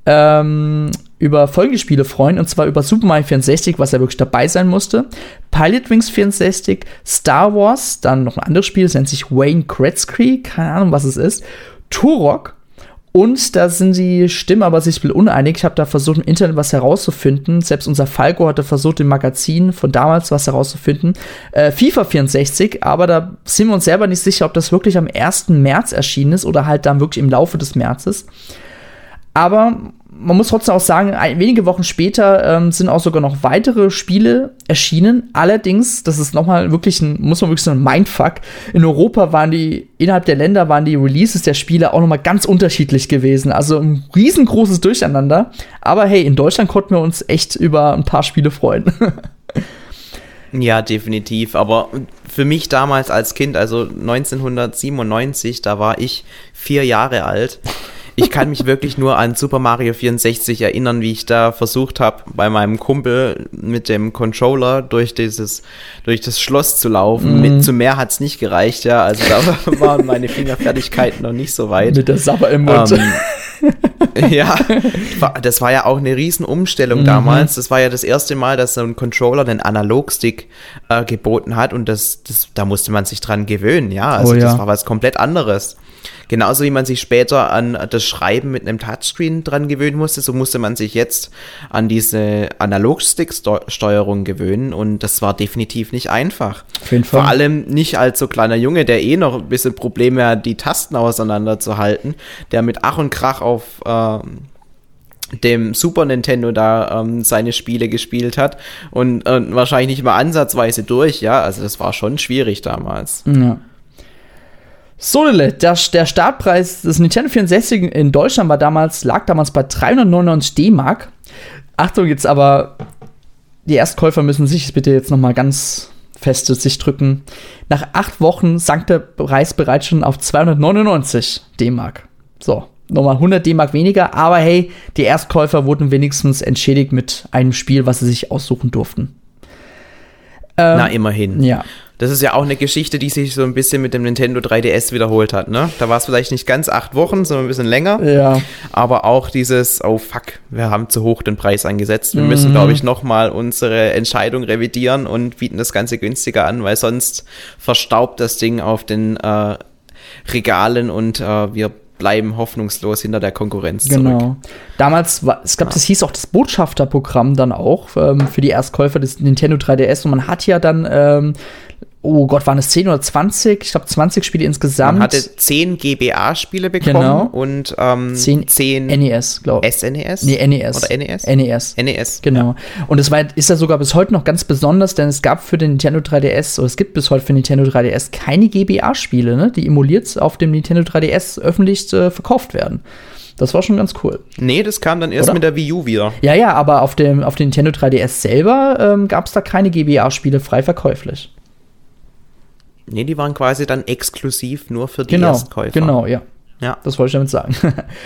Folgespiele freuen, und zwar über Super Mario 64, was ja wirklich dabei sein musste, Pilot Wings 64, Star Wars, dann noch ein anderes Spiel, das nennt sich Wayne Gretzky, keine Ahnung, was es ist, Turok, und da sind die Stimmen aber sich ein bisschen uneinig. Ich habe da versucht, im Internet was herauszufinden. Selbst unser Falco hatte versucht, im Magazin von damals was herauszufinden. FIFA 64, aber da sind wir uns selber nicht sicher, ob das wirklich am 1. März erschienen ist oder halt dann wirklich im Laufe des Märzes. Aber man muss trotzdem auch sagen, wenige Wochen später sind auch sogar noch weitere Spiele erschienen. Allerdings, das ist nochmal wirklich muss man wirklich so ein Mindfuck. In Europa innerhalb der Länder waren die Releases der Spiele auch nochmal ganz unterschiedlich gewesen. Also ein riesengroßes Durcheinander. Aber hey, in Deutschland konnten wir uns echt über ein paar Spiele freuen. Ja, definitiv. Aber für mich damals als Kind, also 1997, da war ich 4 Jahre alt. Ich kann mich wirklich nur an Super Mario 64 erinnern, wie ich da versucht habe, bei meinem Kumpel mit dem Controller durch das Schloss zu laufen. Zu mehr hat's nicht gereicht, ja. Also da waren meine Fingerfertigkeiten noch nicht so weit. Mit der Sabber im Mund. Ja, das war ja auch eine riesen Umstellung damals. Das war ja das erste Mal, dass so ein Controller den Analogstick geboten hat, und da musste man sich dran gewöhnen, ja. Also das war was komplett anderes. Genauso wie man sich später an das Schreiben mit einem Touchscreen dran gewöhnen musste, so musste man sich jetzt an diese Analogstick-Steuerung gewöhnen, und das war definitiv nicht einfach. Auf jeden Fall. Vor allem nicht als so kleiner Junge, der noch ein bisschen Probleme hat, die Tasten auseinanderzuhalten, der mit Ach und Krach auf dem Super Nintendo da seine Spiele gespielt hat und wahrscheinlich nicht mal ansatzweise durch, ja, also das war schon schwierig damals. Ja. So, der Startpreis des Nintendo 64 in Deutschland lag damals bei 399 D-Mark. Achtung, jetzt aber, die Erstkäufer müssen sich bitte jetzt noch mal ganz fest sich drücken. Nach 8 Wochen sank der Preis bereits schon auf 299 D-Mark. So, nochmal 100 D-Mark weniger, aber hey, die Erstkäufer wurden wenigstens entschädigt mit einem Spiel, was sie sich aussuchen durften. Na, immerhin. Ja. Das ist ja auch eine Geschichte, die sich so ein bisschen mit dem Nintendo 3DS wiederholt hat, ne? Da war es vielleicht nicht ganz 8 Wochen, sondern ein bisschen länger. Ja. Aber auch dieses, oh fuck, wir haben zu hoch den Preis angesetzt. Wir müssen, glaube ich, nochmal unsere Entscheidung revidieren und bieten das Ganze günstiger an, weil sonst verstaubt das Ding auf den Regalen und wir bleiben hoffnungslos hinter der Konkurrenz zurück. Genau. Damals, das hieß auch das Botschafterprogramm dann auch für die Erstkäufer des Nintendo 3DS und man hat ja dann oh Gott, waren es 10 oder 20? Ich glaube 20 Spiele insgesamt. Man hatte 10 GBA-Spiele bekommen, genau. Und 10 NES, glaube ich. SNES? Nee, NES. Oder NES? NES, genau. Ja. Und es ist ja sogar bis heute noch ganz besonders, denn es gab für den Nintendo 3DS, oder es gibt bis heute für den Nintendo 3DS keine GBA-Spiele, ne, die emuliert auf dem Nintendo 3DS öffentlich verkauft werden. Das war schon ganz cool. Nee, das kam dann erst mit der Wii U wieder. Ja, aber auf dem Nintendo 3DS selber gab es da keine GBA-Spiele frei verkäuflich. Nee, die waren quasi dann exklusiv nur für die Erstkäufer. Genau, ja. Das wollte ich damit sagen.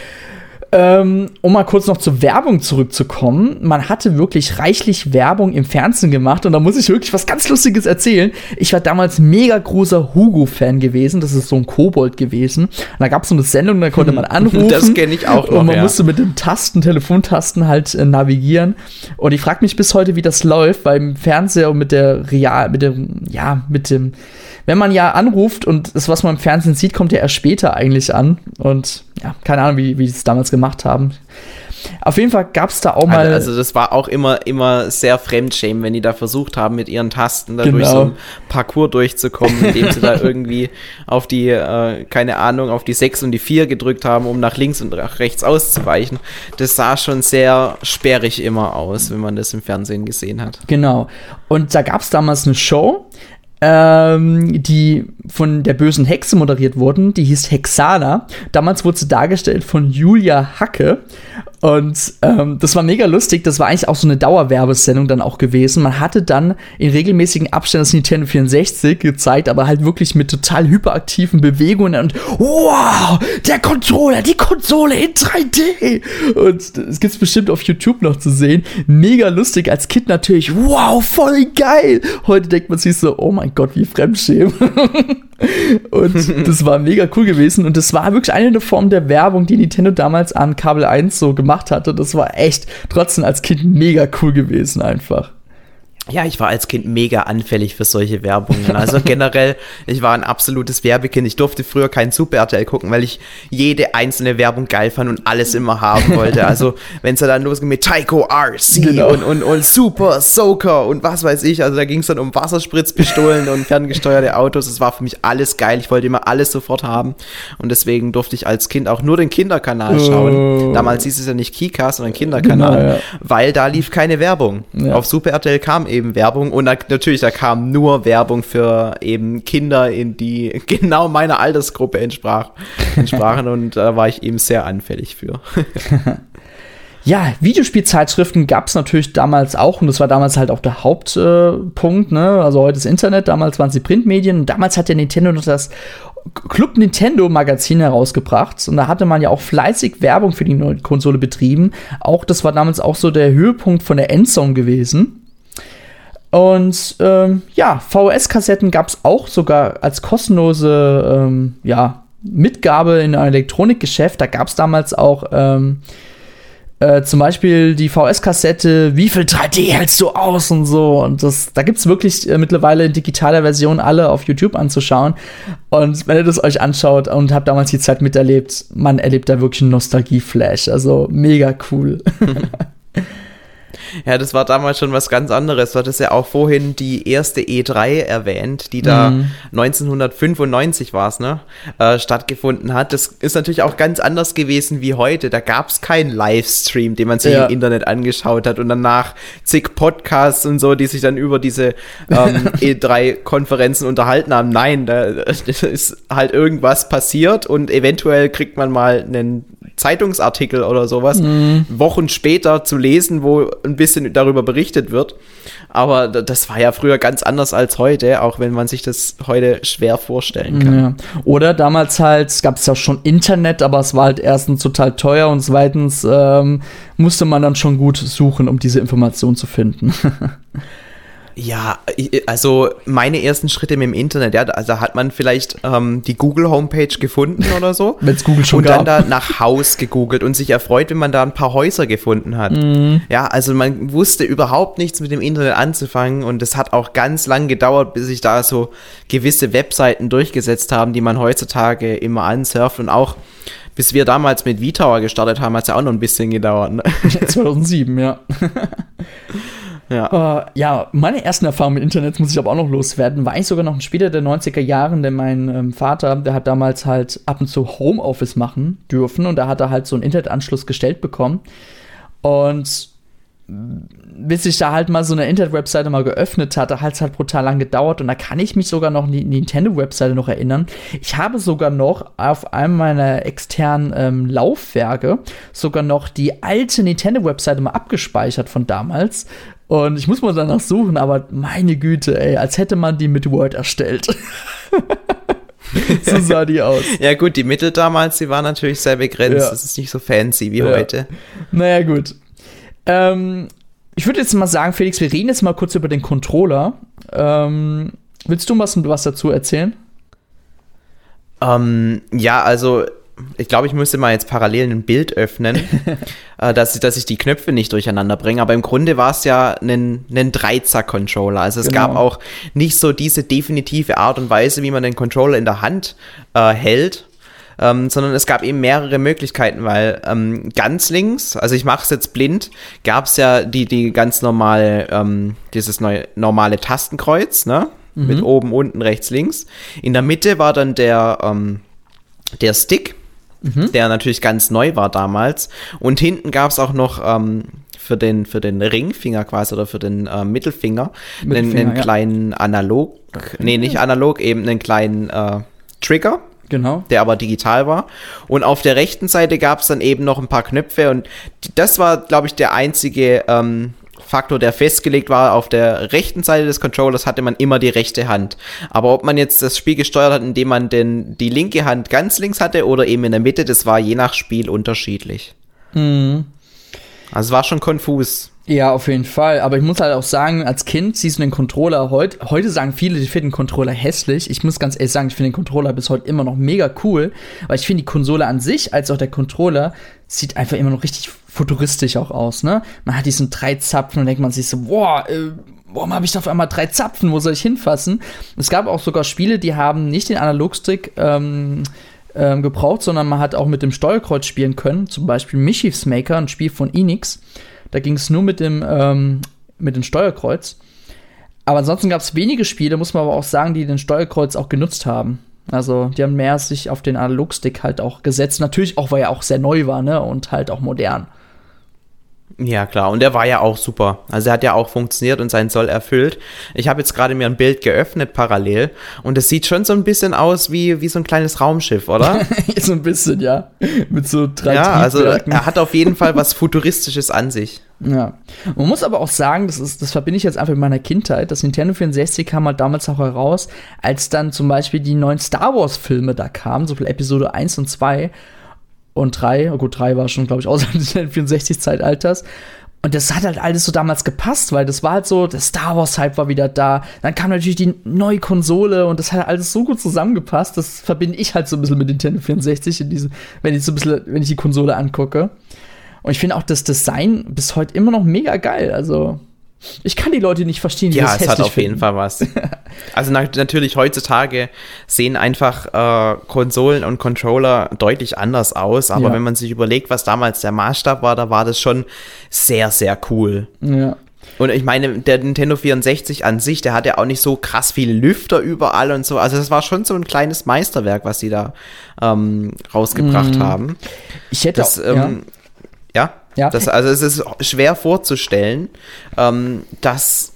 Um mal kurz noch zur Werbung zurückzukommen. Man hatte wirklich reichlich Werbung im Fernsehen gemacht und da muss ich wirklich was ganz Lustiges erzählen. Ich war damals mega großer Hugo-Fan gewesen. Das ist so ein Kobold gewesen. Und da gab es so eine Sendung, da konnte man anrufen. Das kenne ich auch noch, und man musste mit den Telefontasten halt navigieren. Und ich frage mich bis heute, wie das läuft, weil im Fernseher und wenn man ja anruft und das, was man im Fernsehen sieht, kommt ja erst später eigentlich an. Und ja, keine Ahnung, wie die es damals gemacht haben. Auf jeden Fall gab es da auch mal. Also das war auch immer sehr Fremdschämen, wenn die da versucht haben, mit ihren Tasten da durch so ein Parcours durchzukommen, indem sie da irgendwie auf die, auf die 6 und die 4 gedrückt haben, um nach links und nach rechts auszuweichen. Das sah schon sehr sperrig immer aus, wenn man das im Fernsehen gesehen hat. Genau. Und da gab es damals eine Show, die von der bösen Hexe moderiert wurden, die hieß Hexana. Damals wurde sie dargestellt von Julia Hacke. Und das war mega lustig. Das war eigentlich auch so eine Dauerwerbesendung dann auch gewesen. Man hatte dann in regelmäßigen Abständen das Nintendo 64 gezeigt, aber halt wirklich mit total hyperaktiven Bewegungen und wow, die Konsole in 3D. Und das gibt's bestimmt auf YouTube noch zu sehen. Mega lustig, als Kind natürlich, wow, voll geil. Heute denkt man sich so, oh mein Gott, wie Fremdschämen. Und das war mega cool gewesen. Und das war wirklich eine Form der Werbung, die Nintendo damals an Kabel 1 so gemacht hatte. Das war echt trotzdem als Kind mega cool gewesen einfach. Ja, ich war als Kind mega anfällig für solche Werbungen. Also generell, ich war ein absolutes Werbekind. Ich durfte früher kein Super RTL gucken, weil ich jede einzelne Werbung geil fand und alles immer haben wollte. Also wenn es dann losging mit Tyco RC genau. und Super Soaker und was weiß ich. Also da ging es dann um Wasserspritzpistolen und ferngesteuerte Autos. Das war für mich alles geil. Ich wollte immer alles sofort haben. Und deswegen durfte ich als Kind auch nur den Kinderkanal schauen. Damals hieß es ja nicht Kika, sondern Kinderkanal. Genau, ja. Weil da lief keine Werbung. Ja. Auf Super RTL kam eben Werbung und natürlich, da kam nur Werbung für eben Kinder, die genau meiner Altersgruppe entsprachen und da war ich eben sehr anfällig für. Ja, Videospielzeitschriften gab es natürlich damals auch und das war damals halt auch der Hauptpunkt, ne? Also heute das Internet, damals waren es die Printmedien und damals hat der Nintendo noch das Club Nintendo Magazin herausgebracht und da hatte man ja auch fleißig Werbung für die neue Konsole betrieben. Auch das war damals auch so der Höhepunkt von der Endzone gewesen. Und VHS-Kassetten gab es auch sogar als kostenlose Mitgabe in einem Elektronikgeschäft. Da gab es damals auch zum Beispiel die VHS-Kassette, wie viel 3D hältst du aus und so. Und da gibt es wirklich mittlerweile in digitaler Version alle auf YouTube anzuschauen. Und wenn ihr das euch anschaut und habt damals die Zeit miterlebt, man erlebt da wirklich einen Nostalgie-Flash. Also mega cool. Ja, das war damals schon was ganz anderes. Du hattest ja auch vorhin die erste E3 erwähnt, die da 1995 war es, ne? Stattgefunden hat. Das ist natürlich auch ganz anders gewesen wie heute. Da gab es keinen Livestream, den man sich im Internet angeschaut hat und danach zig Podcasts und so, die sich dann über diese E3-Konferenzen unterhalten haben. Nein, da ist halt irgendwas passiert und eventuell kriegt man mal einen Zeitungsartikel oder sowas Wochen später zu lesen, wo ein bisschen darüber berichtet wird. Aber das war ja früher ganz anders als heute, auch wenn man sich das heute schwer vorstellen kann. Ja. Oder damals halt, gab es ja schon Internet, aber es war halt erstens total teuer und zweitens musste man dann schon gut suchen, um diese Information zu finden. Ja, also meine ersten Schritte mit dem Internet, ja, also hat man vielleicht die Google-Homepage gefunden oder so. Wenn's Google schon und gab. dann da nach Haus gegoogelt und sich erfreut, wenn man da ein paar Häuser gefunden hat. Ja, also man wusste überhaupt nichts mit dem Internet anzufangen und es hat auch ganz lang gedauert, bis sich da so gewisse Webseiten durchgesetzt haben, die man heutzutage immer ansurft und auch bis wir damals mit VTower gestartet haben, hat es ja auch noch ein bisschen gedauert. Ne? 2007, ja. Ja. Ja, meine ersten Erfahrungen mit Internet muss ich aber auch noch loswerden. War ich sogar noch später der 90er Jahren, denn mein Vater, der hat damals halt ab und zu Homeoffice machen dürfen und da hat er halt so einen Internetanschluss gestellt bekommen. Und bis ich da halt mal so eine Internet-Webseite mal geöffnet hatte, hat es halt brutal lang gedauert und da kann ich mich sogar noch an die Nintendo-Webseite noch erinnern. Ich habe sogar noch auf einem meiner externen Laufwerke sogar noch die alte Nintendo-Webseite mal abgespeichert von damals. Und ich muss mal danach suchen, aber meine Güte, ey, als hätte man die mit Word erstellt. So sah die aus. Ja gut, die Mittel damals, die waren natürlich sehr begrenzt. Ja. Das ist nicht so fancy wie heute. Naja, gut. Ich würde jetzt mal sagen, Felix, wir reden jetzt mal kurz über den Controller. Willst du was dazu erzählen? Ja, also ich glaube, ich müsste mal jetzt parallel ein Bild öffnen, dass ich die Knöpfe nicht durcheinander bringe. Aber im Grunde war es ja ein Dreizack-Controller. Also es gab auch nicht so diese definitive Art und Weise, wie man den Controller in der Hand hält. Sondern es gab eben mehrere Möglichkeiten, weil ganz links, also ich mache es jetzt blind, gab es ja die ganz normale, dieses normale Tastenkreuz, ne? Mit oben, unten, rechts, links. In der Mitte war dann der Stick, der natürlich ganz neu war damals. Und hinten gab es auch noch für den Ringfinger quasi oder für den Mittelfinger einen kleinen analog, nicht analog, eben einen kleinen Trigger. Genau. Der aber digital war. Und auf der rechten Seite gab es dann eben noch ein paar Knöpfe und das war, glaube ich, der einzige Faktor, der festgelegt war. Auf der rechten Seite des Controllers hatte man immer die rechte Hand. Aber ob man jetzt das Spiel gesteuert hat, indem man die linke Hand ganz links hatte oder eben in der Mitte, das war je nach Spiel unterschiedlich. Also es war schon konfus. Ja, auf jeden Fall. Aber ich muss halt auch sagen, als Kind siehst du den Controller heute sagen viele, die finden den Controller hässlich. Ich muss ganz ehrlich sagen, ich finde den Controller bis heute immer noch mega cool, weil ich finde die Konsole an sich, als auch der Controller, sieht einfach immer noch richtig futuristisch auch aus, ne? Man hat diesen 3 Zapfen und denkt man sich so, warum habe ich da auf einmal 3 Zapfen? Wo soll ich hinfassen? Es gab auch sogar Spiele, die haben nicht den Analogstick gebraucht, sondern man hat auch mit dem Steuerkreuz spielen können. Zum Beispiel Mischiefs Maker, ein Spiel von Enix. Da ging es nur mit dem Steuerkreuz. Aber ansonsten gab es wenige Spiele, muss man aber auch sagen, die den Steuerkreuz auch genutzt haben. Also die haben mehr sich auf den Analogstick halt auch gesetzt. Natürlich auch, weil er auch sehr neu war, ne? Und halt auch modern. Ja, klar. Und der war ja auch super. Also er hat ja auch funktioniert und seinen Soll erfüllt. Ich habe jetzt gerade mir ein Bild geöffnet parallel und es sieht schon so ein bisschen aus wie so ein kleines Raumschiff, oder? So ein bisschen, ja. Mit so 3 Ja, also Triebwerken. er hat auf jeden Fall was Futuristisches an sich. Ja. Man muss aber auch sagen, das verbinde ich jetzt einfach mit meiner Kindheit. Das Nintendo 64 kam halt damals auch heraus, als dann zum Beispiel die neuen Star Wars Filme da kamen, so viel Episode 1 und 2 und 3. Oh gut, 3 war schon, glaube ich, außerhalb des 64-Zeitalters. Und das hat halt alles so damals gepasst, weil das war halt so, der Star Wars-Hype war wieder da. Dann kam natürlich die neue Konsole und das hat alles so gut zusammengepasst. Das verbinde ich halt so ein bisschen mit Nintendo 64, wenn ich die Konsole angucke. Und ich finde auch das Design bis heute immer noch mega geil. Also, ich kann die Leute nicht verstehen, die das hässlich finden. Ja, es hat auf jeden Fall was. Also natürlich heutzutage sehen einfach Konsolen und Controller deutlich anders aus. Aber wenn man sich überlegt, was damals der Maßstab war, da war das schon sehr, sehr cool. Ja. Und ich meine, der Nintendo 64 an sich, der hat ja auch nicht so krass viele Lüfter überall und so. Also das war schon so ein kleines Meisterwerk, was die da rausgebracht haben. Ich hätte also es ist schwer vorzustellen, dass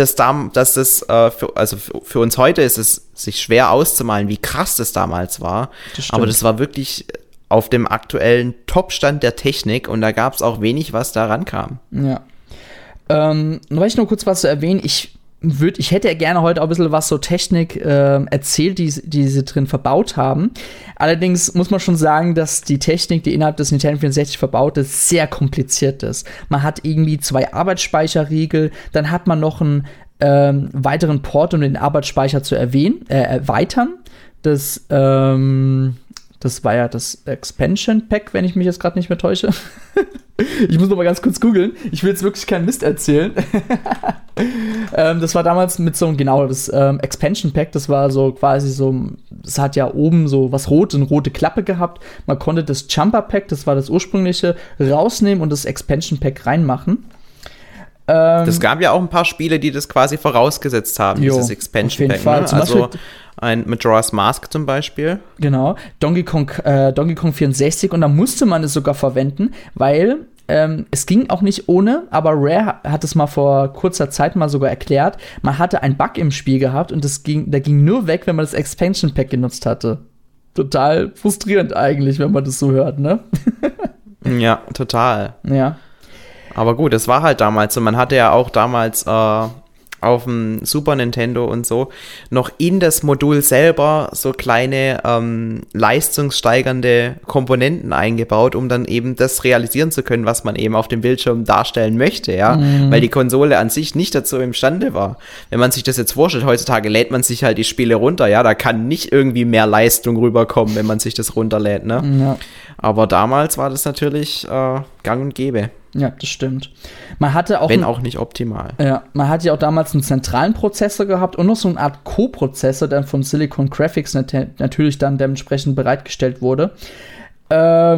für uns heute ist es sich schwer auszumalen, wie krass das damals war. Aber das war wirklich auf dem aktuellen Topstand der Technik und da gab es auch wenig, was da rankam. Ja. Noch ich nur kurz was zu erwähnen, ich hätte ja gerne heute auch ein bisschen was zur Technik erzählt, die sie drin verbaut haben. Allerdings muss man schon sagen, dass die Technik, die innerhalb des Nintendo 64 verbaut ist, sehr kompliziert ist. Man hat irgendwie 2 Arbeitsspeicherriegel, dann hat man noch ein weiteren Port, um den Arbeitsspeicher zu erweitern. Das war ja das Expansion Pack, wenn ich mich jetzt gerade nicht mehr täusche. Ich muss noch mal ganz kurz googeln. Ich will jetzt wirklich keinen Mist erzählen. Das war damals mit so einem, genau, das Expansion Pack, das war so quasi so, das hat ja oben so was rot, eine rote Klappe gehabt. Man konnte das Jumper Pack, das war das ursprüngliche, rausnehmen und das Expansion Pack reinmachen. Das gab ja auch ein paar Spiele, die das quasi vorausgesetzt haben, dieses Expansion Pack. Ne? Also ein Majora's Mask zum Beispiel. Genau, Donkey Kong 64 und da musste man es sogar verwenden, weil es ging auch nicht ohne, aber Rare hat es mal vor kurzer Zeit mal sogar erklärt, man hatte einen Bug im Spiel gehabt und der ging nur weg, wenn man das Expansion Pack genutzt hatte. Total frustrierend eigentlich, wenn man das so hört, ne? Ja, total. Ja. Aber gut, das war halt damals so. Man hatte ja auch damals auf dem Super Nintendo und so noch in das Modul selber so kleine leistungssteigernde Komponenten eingebaut, um dann eben das realisieren zu können, was man eben auf dem Bildschirm darstellen möchte, ja, weil die Konsole an sich nicht dazu imstande war. Wenn man sich das jetzt vorstellt, heutzutage lädt man sich halt die Spiele runter, ja, da kann nicht irgendwie mehr Leistung rüberkommen, wenn man sich das runterlädt, ne? Ja. Aber damals war das natürlich gang und gäbe. Ja, das stimmt. Man hatte auch wenn auch nicht optimal. Ja, man hatte ja auch damals einen zentralen Prozessor gehabt und noch so eine Art Co-Prozessor, der von Silicon Graphics natürlich dann dementsprechend bereitgestellt wurde. Ja,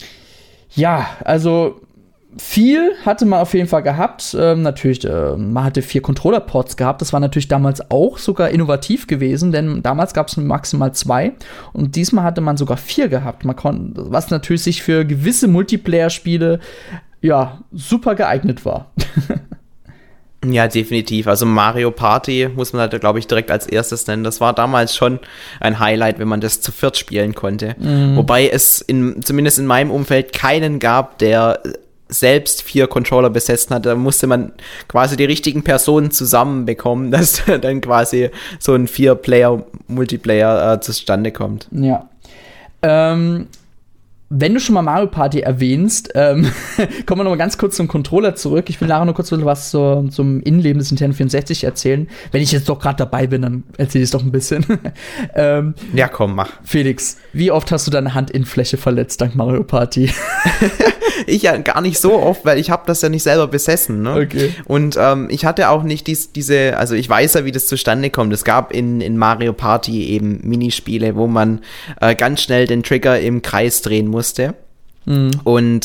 also viel hatte man auf jeden Fall gehabt. Natürlich, man hatte 4 Controller-Ports gehabt. Das war natürlich damals auch sogar innovativ gewesen, denn damals gab es maximal 2 und diesmal hatte man sogar 4 gehabt. Was natürlich sich für gewisse Multiplayer-Spiele super geeignet war. Ja, definitiv. Also Mario Party muss man halt, glaube ich, direkt als erstes nennen. Das war damals schon ein Highlight, wenn man das zu viert spielen konnte. Wobei es zumindest in meinem Umfeld keinen gab, der selbst 4 Controller besessen hat. Da musste man quasi die richtigen Personen zusammenbekommen, dass dann quasi so ein 4-Player-Multiplayer zustande kommt. Ja. Wenn du schon mal Mario Party erwähnst, kommen wir noch mal ganz kurz zum Controller zurück. Ich will nachher noch kurz was zum Innenleben des Nintendo 64 erzählen. Wenn ich jetzt doch gerade dabei bin, dann erzähle ich es doch ein bisschen. Ja, komm, mach. Felix, wie oft hast du deine Handinnenfläche verletzt dank Mario Party? Ich ja gar nicht so oft, weil ich habe das ja nicht selber besessen, ne? Okay. Und ich hatte auch nicht diese, also ich weiß ja, wie das zustande kommt. Es gab in Mario Party eben Minispiele, wo man ganz schnell den Trigger im Kreis drehen musste. Und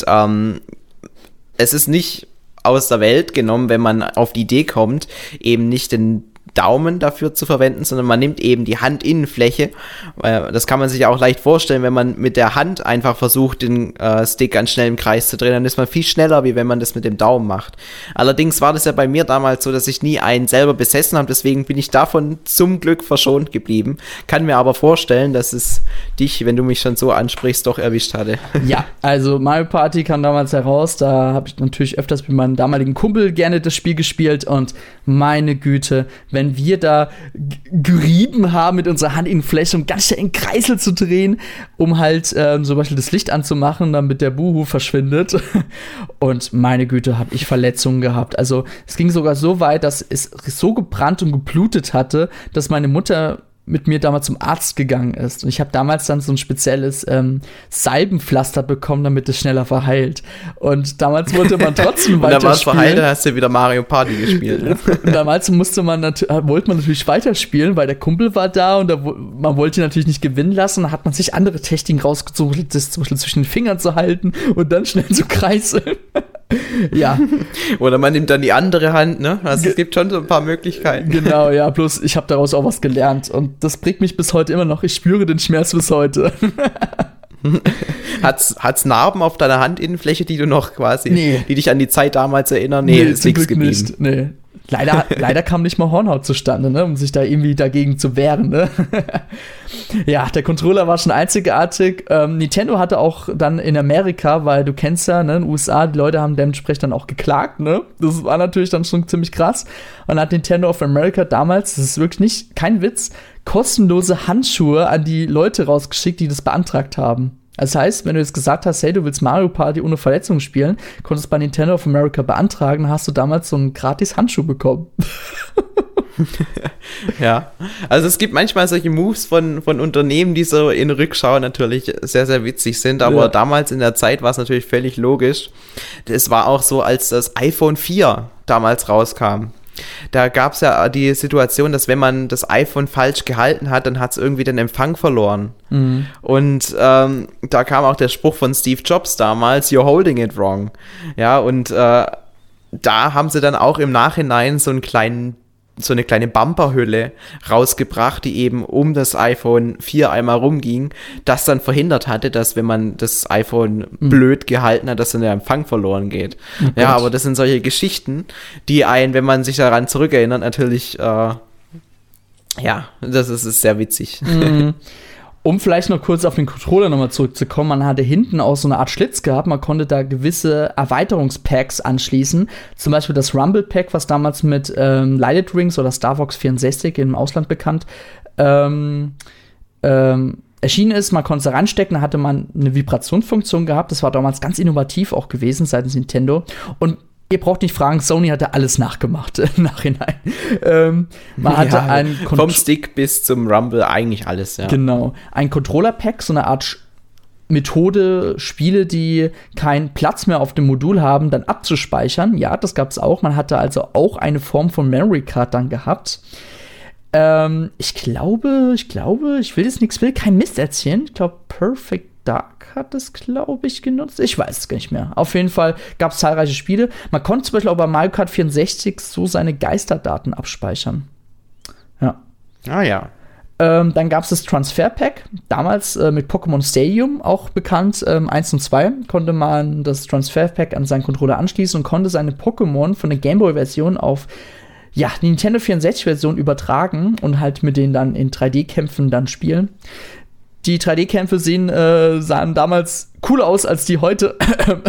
es ist nicht aus der Welt genommen, wenn man auf die Idee kommt, eben nicht den Daumen dafür zu verwenden, sondern man nimmt eben die Handinnenfläche. Das kann man sich auch leicht vorstellen, wenn man mit der Hand einfach versucht, den Stick ganz schnell im Kreis zu drehen, dann ist man viel schneller, wie wenn man das mit dem Daumen macht. Allerdings war das ja bei mir damals so, dass ich nie einen selber besessen habe, deswegen bin ich davon zum Glück verschont geblieben. Kann mir aber vorstellen, dass es dich, wenn du mich schon so ansprichst, doch erwischt hatte. Ja, also Mario Party kam damals heraus, da habe ich natürlich öfters mit meinem damaligen Kumpel gerne das Spiel gespielt und meine Güte, wenn wir da gerieben haben mit unserer Handinnenfläche, um ganz schnell in Kreisel zu drehen, um halt zum Beispiel das Licht anzumachen, damit der Buhu verschwindet. Und meine Güte, habe ich Verletzungen gehabt. Also es ging sogar so weit, dass es so gebrannt und geblutet hatte, dass meine Mutter mit mir damals zum Arzt gegangen ist. Und ich habe damals dann so ein spezielles Salbenpflaster bekommen, damit es schneller verheilt. Und damals wollte man trotzdem weiterspielen. Und dann war es verheilt, dann hast du wieder Mario Party gespielt. Ne? Und damals wollte man natürlich weiterspielen, weil der Kumpel war da und man wollte ihn natürlich nicht gewinnen lassen. Da hat man sich andere Techniken rausgesucht, das zum Beispiel zwischen den Fingern zu halten und dann schnell zu kreiseln. Ja. Oder man nimmt dann die andere Hand, ne? Also es gibt schon so ein paar Möglichkeiten. Genau, ja, bloß ich habe daraus auch was gelernt und das prägt mich bis heute immer noch. Ich spüre den Schmerz bis heute. Hat's Narben auf deiner Handinnenfläche, die du noch quasi, die dich an die Zeit damals erinnern? Nee, ist nichts geblieben. Nicht. Nee. Leider kam nicht mal Hornhaut zustande, ne, um sich da irgendwie dagegen zu wehren. Ne? Ja, der Controller war schon einzigartig. Nintendo hatte auch dann in Amerika, weil du kennst ja, ne, in den USA, die Leute haben dementsprechend dann auch geklagt. Ne? Das war natürlich dann schon ziemlich krass. Und dann hat Nintendo of America damals, das ist wirklich kein Witz, kostenlose Handschuhe an die Leute rausgeschickt, die das beantragt haben. Das heißt, wenn du jetzt gesagt hast, hey, du willst Mario Party ohne Verletzung spielen, konntest bei Nintendo of America beantragen, hast du damals so einen gratis Handschuh bekommen. Ja, also es gibt manchmal solche Moves von Unternehmen, die so in Rückschau natürlich sehr, sehr witzig sind, aber damals in der Zeit war es natürlich völlig logisch. Das war auch so, als das iPhone 4 damals rauskam. Da gab es ja die Situation, dass wenn man das iPhone falsch gehalten hat, dann hat es irgendwie den Empfang verloren. Mhm. Und da kam auch der Spruch von Steve Jobs damals, "You're holding it wrong." Ja, und da haben sie dann auch im Nachhinein so eine kleine Bumperhülle rausgebracht, die eben um das iPhone 4 einmal rumging, das dann verhindert hatte, dass wenn man das iPhone blöd gehalten hat, dass dann der Empfang verloren geht. Ja, aber das sind solche Geschichten, die einen, wenn man sich daran zurückerinnert, natürlich, das ist sehr witzig. Um vielleicht noch kurz auf den Controller nochmal zurückzukommen, man hatte hinten auch so eine Art Schlitz gehabt, man konnte da gewisse Erweiterungspacks anschließen, zum Beispiel das Rumble Pack, was damals mit Lighted Rings oder Star Fox 64 im Ausland bekannt erschienen ist. Man konnte es da reinstecken, da hatte man eine Vibrationsfunktion gehabt, das war damals ganz innovativ auch gewesen seitens Nintendo und ihr braucht nicht fragen, Sony hatte alles nachgemacht im Nachhinein. Man hatte vom Stick bis zum Rumble eigentlich alles, ja. Genau. Ein Controller-Pack, so eine Art Methode, Spiele, die keinen Platz mehr auf dem Modul haben, dann abzuspeichern. Ja, das gab es auch. Man hatte also auch eine Form von Memory Card dann gehabt. Ich glaube, ich will jetzt nichts, will kein Mist erzählen. Ich glaube, Perfect Dark hat es, glaube ich, genutzt. Ich weiß es gar nicht mehr. Auf jeden Fall gab es zahlreiche Spiele. Man konnte zum Beispiel auch bei Mario Kart 64 so seine Geisterdaten abspeichern. Ja. Ah ja. Dann gab es das Transfer Pack, damals mit Pokémon Stadium, auch bekannt, 1 und 2, konnte man das Transfer Pack an seinen Controller anschließen und konnte seine Pokémon von der Gameboy-Version auf die Nintendo 64-Version übertragen und halt mit denen dann in 3D-Kämpfen dann spielen. Die 3D-Kämpfe sahen damals cooler aus als die heute.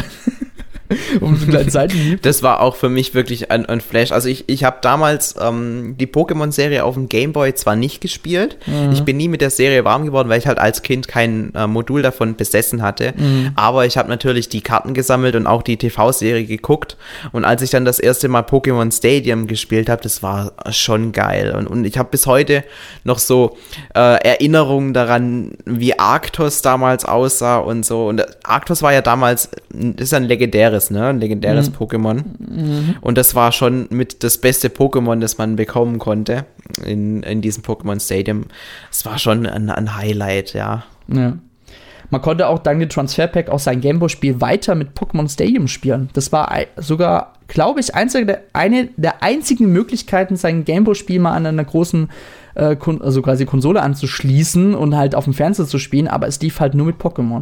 Um so einen kleinen Seitenhieb. Das war auch für mich wirklich ein Flash. Also ich habe damals die Pokémon-Serie auf dem Gameboy zwar nicht gespielt, ich bin nie mit der Serie warm geworden, weil ich halt als Kind kein Modul davon besessen hatte, aber ich habe natürlich die Karten gesammelt und auch die TV-Serie geguckt und als ich dann das erste Mal Pokémon Stadium gespielt habe, das war schon geil und ich habe bis heute noch so Erinnerungen daran, wie Arctos damals aussah und so, und Arctos war ja damals, das ist ein legendäres Pokémon. Und das war schon mit das beste Pokémon, das man bekommen konnte in diesem Pokémon Stadium. Es war schon ein Highlight, ja. Man konnte auch dank dem Transfer Pack auch sein Gameboy-Spiel weiter mit Pokémon Stadium spielen. Das war sogar, glaube ich, eine der einzigen Möglichkeiten, sein Gameboy-Spiel mal an einer großen also quasi Konsole anzuschließen und halt auf dem Fernseher zu spielen, aber es lief halt nur mit Pokémon.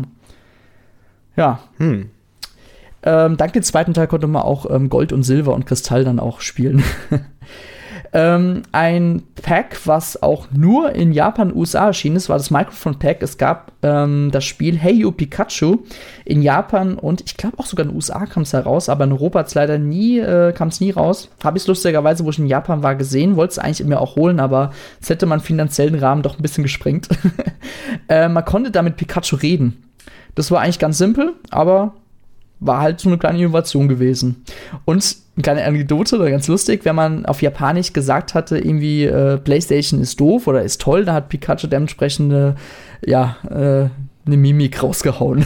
Ja. Dank dem zweiten Teil konnte man auch Gold und Silber und Kristall dann auch spielen. Ein Pack, was auch nur in Japan und USA erschienen ist, war das Microphone Pack. Es gab das Spiel Hey You Pikachu in Japan und ich glaube auch sogar in den USA kam es heraus, aber in Europa kam es nie raus. Habe ich es lustigerweise, wo ich in Japan war, gesehen, wollte es eigentlich mir auch holen, aber es hätte man finanziellen Rahmen doch ein bisschen gesprengt. Man konnte damit Pikachu reden. Das war eigentlich ganz simpel, aber war halt so eine kleine Innovation gewesen. Und eine kleine Anekdote, ganz lustig, wenn man auf Japanisch gesagt hatte, irgendwie PlayStation ist doof oder ist toll, da hat Pikachu dementsprechend eine Mimik rausgehauen.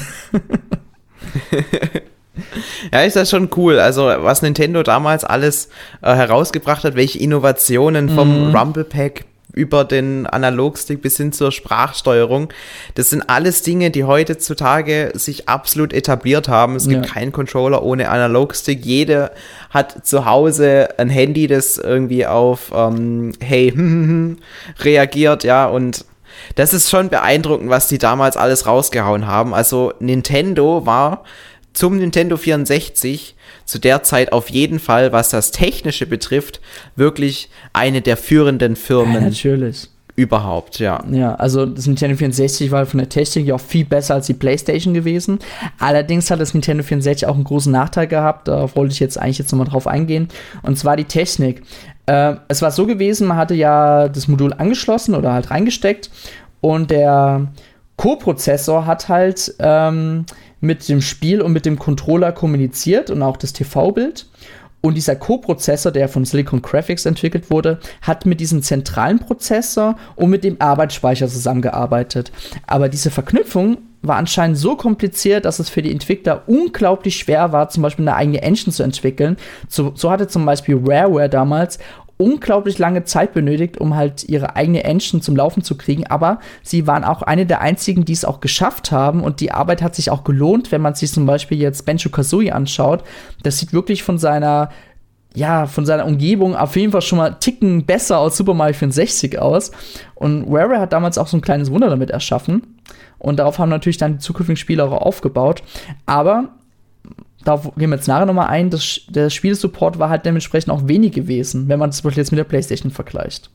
Ja, ist das schon cool. Also, was Nintendo damals alles herausgebracht hat, welche Innovationen vom Rumble Pack über den Analogstick bis hin zur Sprachsteuerung. Das sind alles Dinge, die heutzutage sich absolut etabliert haben. Es gibt keinen Controller ohne Analogstick. Jeder hat zu Hause ein Handy, das irgendwie auf Hey reagiert, ja, und das ist schon beeindruckend, was die damals alles rausgehauen haben. Also Nintendo war zum Nintendo 64 zu der Zeit auf jeden Fall, was das Technische betrifft, wirklich eine der führenden Firmen überhaupt, ja. Ja, also das Nintendo 64 war von der Technik ja auch viel besser als die PlayStation gewesen. Allerdings hat das Nintendo 64 auch einen großen Nachteil gehabt, darauf wollte ich jetzt nochmal drauf eingehen, und zwar die Technik. Es war so gewesen, man hatte ja das Modul angeschlossen oder halt reingesteckt und der Co-Prozessor hat halt mit dem Spiel und mit dem Controller kommuniziert und auch das TV-Bild. Und dieser Co-Prozessor, der von Silicon Graphics entwickelt wurde, hat mit diesem zentralen Prozessor und mit dem Arbeitsspeicher zusammengearbeitet. Aber diese Verknüpfung war anscheinend so kompliziert, dass es für die Entwickler unglaublich schwer war, zum Beispiel eine eigene Engine zu entwickeln. So hatte zum Beispiel Rareware damals unglaublich lange Zeit benötigt, um halt ihre eigene Engine zum Laufen zu kriegen, aber sie waren auch eine der einzigen, die es auch geschafft haben, und die Arbeit hat sich auch gelohnt, wenn man sich zum Beispiel jetzt Banjo-Kazooie anschaut. Das sieht wirklich von seiner Umgebung auf jeden Fall schon mal Ticken besser als Super Mario 64 aus. Und Rare hat damals auch so ein kleines Wunder damit erschaffen. Und darauf haben natürlich dann die zukünftigen Spiele auch aufgebaut. Aber darauf gehen wir jetzt nachher nochmal ein, der Spielsupport war halt dementsprechend auch wenig gewesen, wenn man das zum Beispiel jetzt mit der PlayStation vergleicht.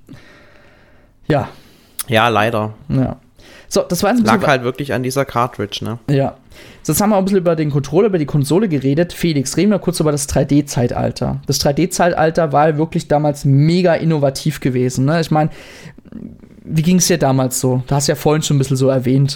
Ja. Ja, leider. Ja. So, das war jetzt lag halt wirklich an dieser Cartridge, ne? Ja. So, jetzt haben wir auch ein bisschen über den Controller, über die Konsole geredet. Felix, reden wir kurz über das 3D-Zeitalter. Das 3D-Zeitalter war wirklich damals mega innovativ gewesen, ne? Ich meine, wie ging es dir damals so? Du hast ja vorhin schon ein bisschen so erwähnt.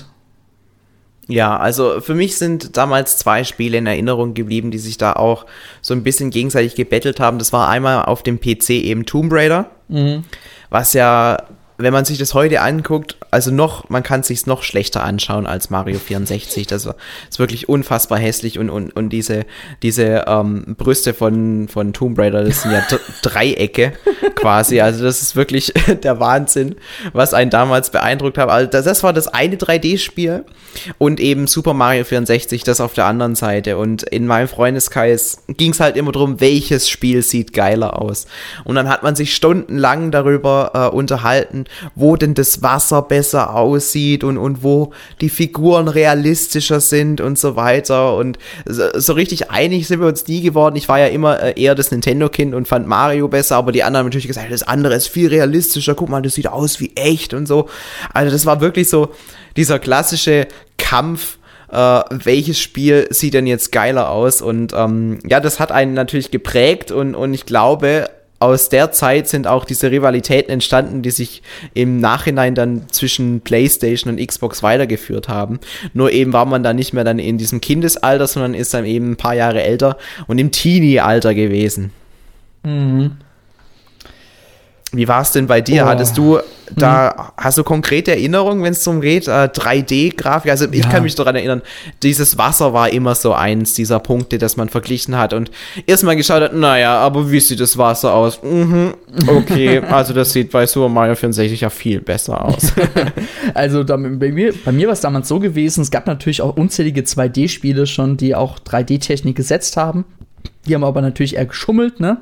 Ja, also für mich sind damals 2 Spiele in Erinnerung geblieben, die sich da auch so ein bisschen gegenseitig gebettelt haben. Das war einmal auf dem PC eben Tomb Raider, was ja, wenn man sich das heute anguckt, also man kann es sich noch schlechter anschauen als Mario 64. Das ist wirklich unfassbar hässlich und diese Brüste von Tomb Raider, das sind ja Dreiecke quasi. Also das ist wirklich der Wahnsinn, was einen damals beeindruckt hat. Also das war das eine 3D-Spiel und eben Super Mario 64, das auf der anderen Seite. Und in meinem Freundeskreis ging es halt immer darum, welches Spiel sieht geiler aus. Und dann hat man sich stundenlang darüber unterhalten, wo denn das Wasser besser aussieht und wo die Figuren realistischer sind und so weiter. Und so richtig einig sind wir uns nie geworden. Ich war ja immer eher das Nintendo-Kind und fand Mario besser, aber die anderen haben natürlich gesagt, das andere ist viel realistischer. Guck mal, das sieht aus wie echt und so. Also das war wirklich so dieser klassische Kampf, welches Spiel sieht denn jetzt geiler aus? Und ja, das hat einen natürlich geprägt und ich glaube, aus der Zeit sind auch diese Rivalitäten entstanden, die sich im Nachhinein dann zwischen PlayStation und Xbox weitergeführt haben. Nur eben war man dann nicht mehr dann in diesem Kindesalter, sondern ist dann eben ein paar Jahre älter und im Teenie-Alter gewesen. Mhm. Wie war es denn bei dir? Hast du konkrete Erinnerungen, wenn es darum geht, 3D-Grafik? Also ich kann mich daran erinnern, dieses Wasser war immer so eins dieser Punkte, das man verglichen hat und erstmal geschaut hat, naja, aber wie sieht das Wasser aus? Okay, also das sieht bei Super Mario 64 ja viel besser aus. Also bei mir war es damals so gewesen, es gab natürlich auch unzählige 2D-Spiele schon, die auch 3D-Technik gesetzt haben. Die haben aber natürlich eher geschummelt, ne?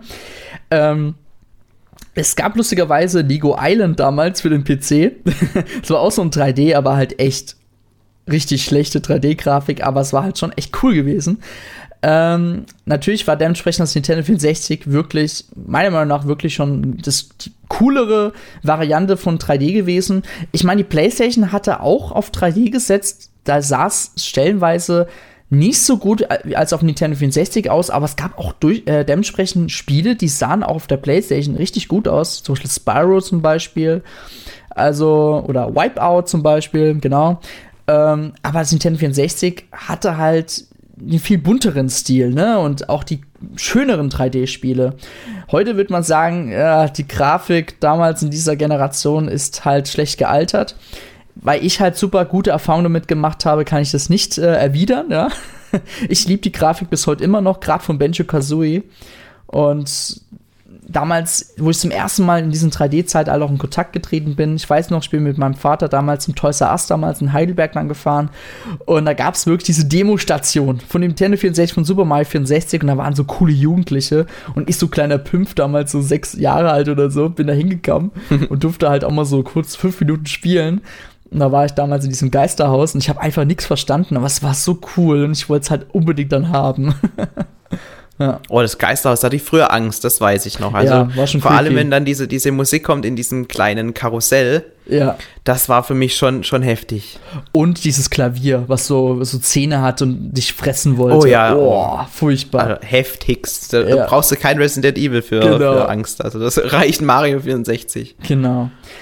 Es gab lustigerweise Lego Island damals für den PC. Es war auch so ein 3D, aber halt echt richtig schlechte 3D-Grafik, aber es war halt schon echt cool gewesen. Natürlich war dementsprechend das Nintendo 64 wirklich, meiner Meinung nach, wirklich schon die coolere Variante von 3D gewesen. Ich meine, die PlayStation hatte auch auf 3D gesetzt, da sah es stellenweise nicht so gut als auf Nintendo 64 aus, aber es gab auch dementsprechend Spiele, die sahen auch auf der PlayStation richtig gut aus, zum Beispiel Spyro zum Beispiel, oder Wipeout zum Beispiel, genau. Aber das Nintendo 64 hatte halt einen viel bunteren Stil, ne, und auch die schöneren 3D-Spiele. Heute würde man sagen, ja, die Grafik damals in dieser Generation ist halt schlecht gealtert. Weil ich halt super gute Erfahrungen damit gemacht habe, kann ich das nicht erwidern, ja. Ich liebe die Grafik bis heute immer noch, gerade von Banjo-Kazooie. Und damals, wo ich zum ersten Mal in diesem 3D-Zeitalter auch in Kontakt getreten bin, ich weiß noch, ich bin mit meinem Vater damals im Toys R Us damals in Heidelberg lang gefahren. Und da gab es wirklich diese Demo-Station von Nintendo 64, von Super Mario 64. Und da waren so coole Jugendliche. Und ich so kleiner Pimpf, damals so 6 Jahre alt oder so, bin da hingekommen und durfte halt auch mal so kurz 5 Minuten spielen. Und da war ich damals in diesem Geisterhaus und ich habe einfach nichts verstanden, aber es war so cool und ich wollte es halt unbedingt dann haben. Ja. Oh, das Geisterhaus, da hatte ich früher Angst, das weiß ich noch. Also ja, war schon vor creepy. allem, wenn dann diese Musik kommt in diesem kleinen Karussell, ja. Das war für mich schon heftig. Und dieses Klavier, was so Zähne hat und dich fressen wollte. Oh ja. Oh, furchtbar. Also heftigst. Da brauchst du kein Resident Evil für Angst. Also das reicht Mario 64. Genau.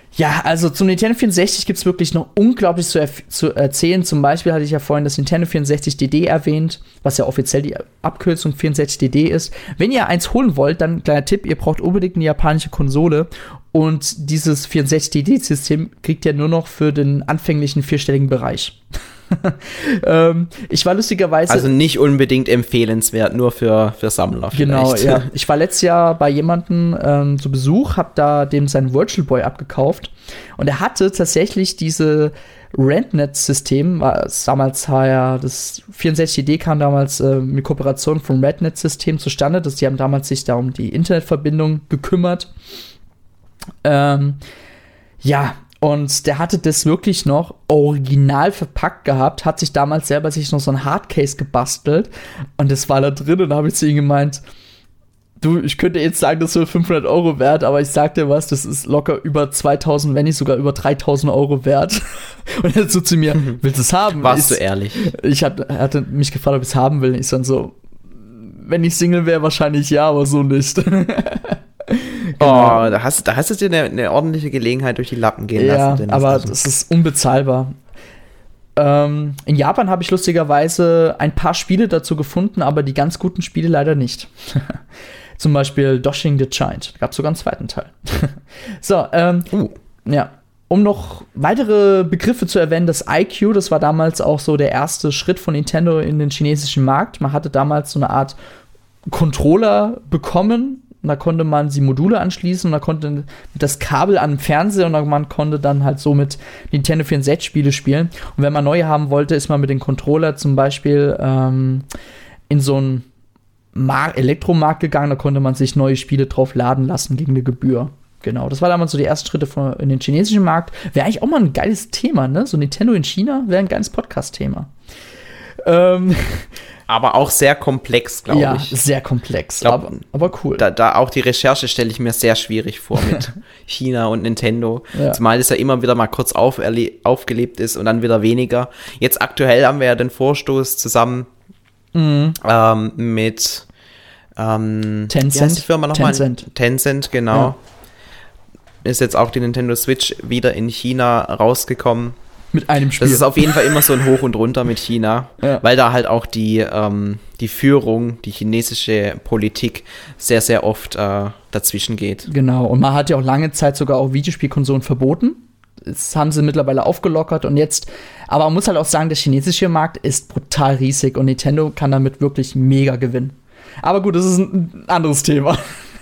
Ja, also zum Nintendo 64 gibt es wirklich noch unglaublich zu erzählen. Zum Beispiel hatte ich ja vorhin das Nintendo 64 DD erwähnt, was ja offiziell die Abkürzung 64 DD ist. Wenn ihr eins holen wollt, dann kleiner Tipp, ihr braucht unbedingt eine japanische Konsole. Und dieses 64 DD-System kriegt ihr nur noch für den anfänglichen vierstelligen Bereich. Ich war lustigerweise. Also nicht unbedingt empfehlenswert, nur für Sammler. Genau, vielleicht. ja. Ich war letztes Jahr bei jemandem zu Besuch, hab da dem seinen Virtual Boy abgekauft und er hatte tatsächlich diese RedNet-System, war damals ja, das 64D kam damals mit Kooperation vom RedNet-System zustande, die haben damals sich da um die Internetverbindung gekümmert. Ja, und der hatte das wirklich noch original verpackt gehabt, hat sich damals selber noch so ein Hardcase gebastelt und das war da drin und da habe ich zu ihm gemeint, du, ich könnte jetzt sagen, das ist 500 Euro wert, aber ich sag dir was, das ist locker über 2000, wenn nicht sogar über 3000 Euro wert. Und er so zu mir, willst du es haben? Warst du ehrlich? Er hatte mich gefragt, ob ich es haben will. Und ich dann so, wenn ich Single wäre, wahrscheinlich ja, aber so nicht. Genau. Oh, da hast du dir eine ordentliche Gelegenheit durch die Lappen gehen lassen. Ja, aber das ist unbezahlbar. In Japan habe ich lustigerweise ein paar Spiele dazu gefunden, aber die ganz guten Spiele leider nicht. Zum Beispiel Doshing the Giant. Da gab es sogar einen zweiten Teil. So, ja. Um noch weitere Begriffe zu erwähnen, das iQue, das war damals auch so der erste Schritt von Nintendo in den chinesischen Markt. Man hatte damals so eine Art Controller bekommen. Und da konnte man die Module anschließen und da konnte das Kabel an den Fernseher und man konnte dann halt so mit Nintendo 64 Spiele spielen. Und wenn man neue haben wollte, ist man mit dem Controller zum Beispiel in so einen Elektromarkt gegangen, da konnte man sich neue Spiele drauf laden lassen gegen eine Gebühr. Genau, das war damals so die ersten Schritte in den chinesischen Markt. Wäre eigentlich auch mal ein geiles Thema, ne? So Nintendo in China wäre ein geiles Podcast-Thema. Aber auch sehr komplex, glaube ich. Ja, sehr komplex, aber cool. Da auch die Recherche stelle ich mir sehr schwierig vor mit China und Nintendo. Ja. Zumal es ja immer wieder mal kurz aufgelebt ist und dann wieder weniger. Jetzt aktuell haben wir ja den Vorstoß zusammen mit Tencent. Wie heißt die Firma nochmal? Tencent, genau. Ja. Ist jetzt auch die Nintendo Switch wieder in China rausgekommen. Mit einem Spiel. Das ist auf jeden Fall immer so ein Hoch und Runter mit China, weil da halt auch die Führung, die chinesische Politik sehr, sehr oft dazwischen geht. Genau, und man hat ja auch lange Zeit sogar auch Videospielkonsolen verboten. Das haben sie mittlerweile aufgelockert und jetzt, aber man muss halt auch sagen, der chinesische Markt ist brutal riesig und Nintendo kann damit wirklich mega gewinnen. Aber gut, das ist ein anderes Thema.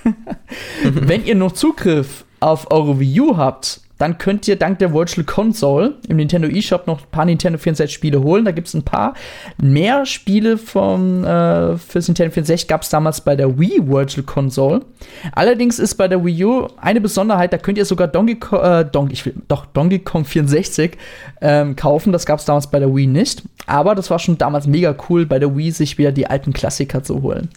Wenn ihr noch Zugriff auf eure Wii U habt, dann könnt ihr dank der Virtual Console im Nintendo eShop noch ein paar Nintendo 64 Spiele holen. Da gibt es ein paar mehr Spiele fürs Nintendo 64 gab es damals bei der Wii Virtual Console. Allerdings ist bei der Wii U eine Besonderheit, da könnt ihr sogar Donkey Kong 64 kaufen. Das gab es damals bei der Wii nicht. Aber das war schon damals mega cool, bei der Wii sich wieder die alten Klassiker zu holen.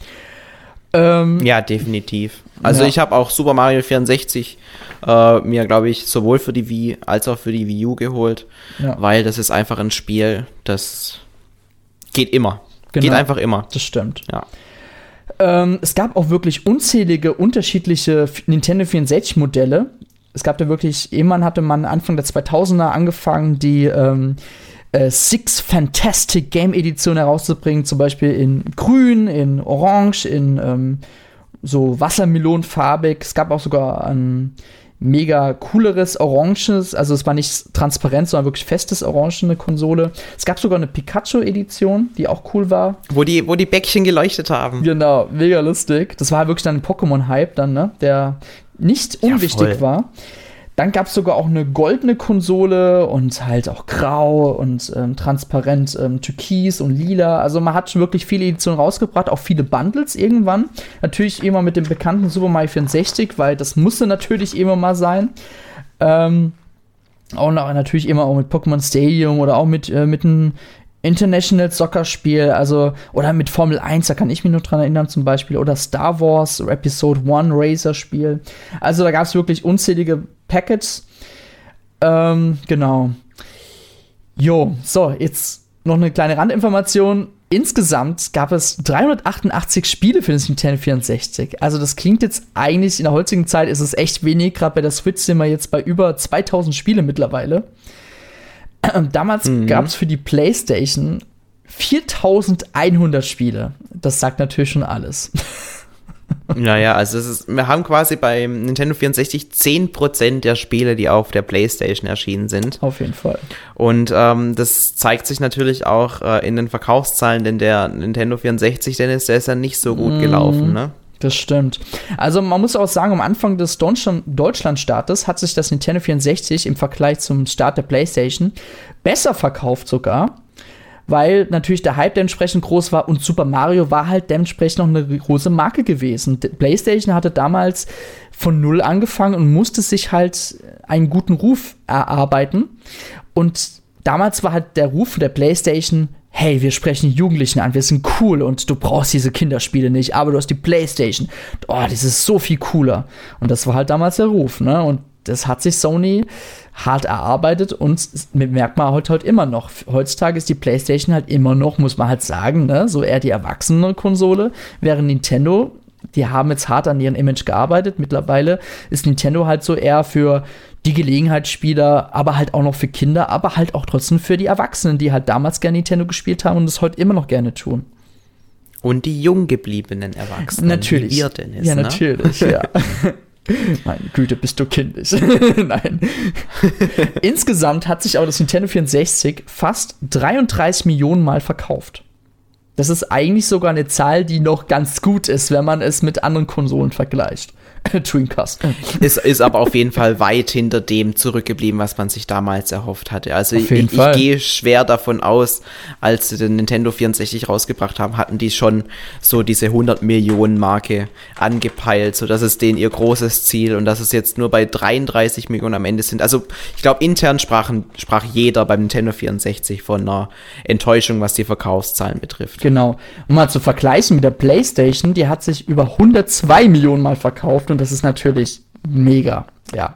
Ja, definitiv. Also ich habe auch Super Mario 64 mir, glaube ich, sowohl für die Wii als auch für die Wii U geholt, weil das ist einfach ein Spiel, das geht immer. Genau. Geht einfach immer. Das stimmt. Ja. Es gab auch wirklich unzählige unterschiedliche Nintendo 64 Modelle. Es gab da wirklich, irgendwann hatte man Anfang der 2000er angefangen, die Six Fantastic Game Edition herauszubringen, zum Beispiel in grün, in orange, in so wassermelonenfarbig. Es gab auch sogar ein mega cooleres oranges, also es war nicht transparent, sondern wirklich festes orangene Konsole. Es gab sogar eine Pikachu-Edition, die auch cool war. Wo die Bäckchen geleuchtet haben. Genau, mega lustig. Das war wirklich dann ein Pokémon-Hype dann, ne? Der nicht unwichtig war. Dann gab es sogar auch eine goldene Konsole und halt auch grau und transparent türkis und lila. Also man hat schon wirklich viele Editionen rausgebracht, auch viele Bundles irgendwann. Natürlich immer mit dem bekannten Super Mario 64, weil das musste natürlich immer mal sein. Und auch natürlich immer auch mit Pokémon Stadium oder auch mit einem International Soccer-Spiel, also oder mit Formel 1, da kann ich mich noch dran erinnern zum Beispiel, oder Star Wars Episode 1 Racer-Spiel. Also da gab es wirklich unzählige Packets. Genau. Jo, so, jetzt noch eine kleine Randinformation. Insgesamt gab es 388 Spiele für das Nintendo 64. Also das klingt jetzt eigentlich, in der heutigen Zeit ist es echt wenig. Gerade bei der Switch sind wir jetzt bei über 2000 Spiele mittlerweile. Damals gab es für die PlayStation 4100 Spiele. Das sagt natürlich schon alles. Naja, also wir haben quasi beim Nintendo 64 10% der Spiele, die auf der PlayStation erschienen sind. Auf jeden Fall. Und das zeigt sich natürlich auch in den Verkaufszahlen, denn der Nintendo 64, der ist ja nicht so gut gelaufen, ne? Das stimmt. Also man muss auch sagen, am Anfang des Deutschland-Startes hat sich das Nintendo 64 im Vergleich zum Start der PlayStation besser verkauft sogar, weil natürlich der Hype entsprechend groß war und Super Mario war halt dementsprechend noch eine große Marke gewesen. Die PlayStation hatte damals von null angefangen und musste sich halt einen guten Ruf erarbeiten. Und damals war halt der Ruf der PlayStation: Hey, wir sprechen die Jugendlichen an, wir sind cool und du brauchst diese Kinderspiele nicht, aber du hast die PlayStation. Oh, das ist so viel cooler. Und das war halt damals der Ruf, ne? Und das hat sich Sony hart erarbeitet und merkt man heute immer noch. Heutzutage ist die PlayStation halt immer noch, muss man halt sagen, ne, so eher die erwachsene Konsole, während Nintendo, die haben jetzt hart an ihrem Image gearbeitet. Mittlerweile ist Nintendo halt so eher für die Gelegenheitsspieler, aber halt auch noch für Kinder, aber halt auch trotzdem für die Erwachsenen, die halt damals gerne Nintendo gespielt haben und das heute immer noch gerne tun. Und die jung gebliebenen Erwachsenen. Natürlich. Wie wir denn ist, ja, ne? natürlich, ja. Meine Güte, bist du kindisch. Nein. Insgesamt hat sich aber das Nintendo 64 fast 33 Millionen Mal verkauft. Das ist eigentlich sogar eine Zahl, die noch ganz gut ist, wenn man es mit anderen Konsolen vergleicht. Dreamcast. Ist aber auf jeden Fall weit hinter dem zurückgeblieben, was man sich damals erhofft hatte. Also ich gehe schwer davon aus, als sie den Nintendo 64 rausgebracht haben, hatten die schon so diese 100 Millionen Marke angepeilt, sodass es denen ihr großes Ziel und dass es jetzt nur bei 33 Millionen am Ende sind. Also ich glaube, intern sprach jeder beim Nintendo 64 von einer Enttäuschung, was die Verkaufszahlen betrifft. Genau. Um mal zu vergleichen mit der PlayStation, die hat sich über 102 Millionen Mal verkauft. Und das ist natürlich mega, ja.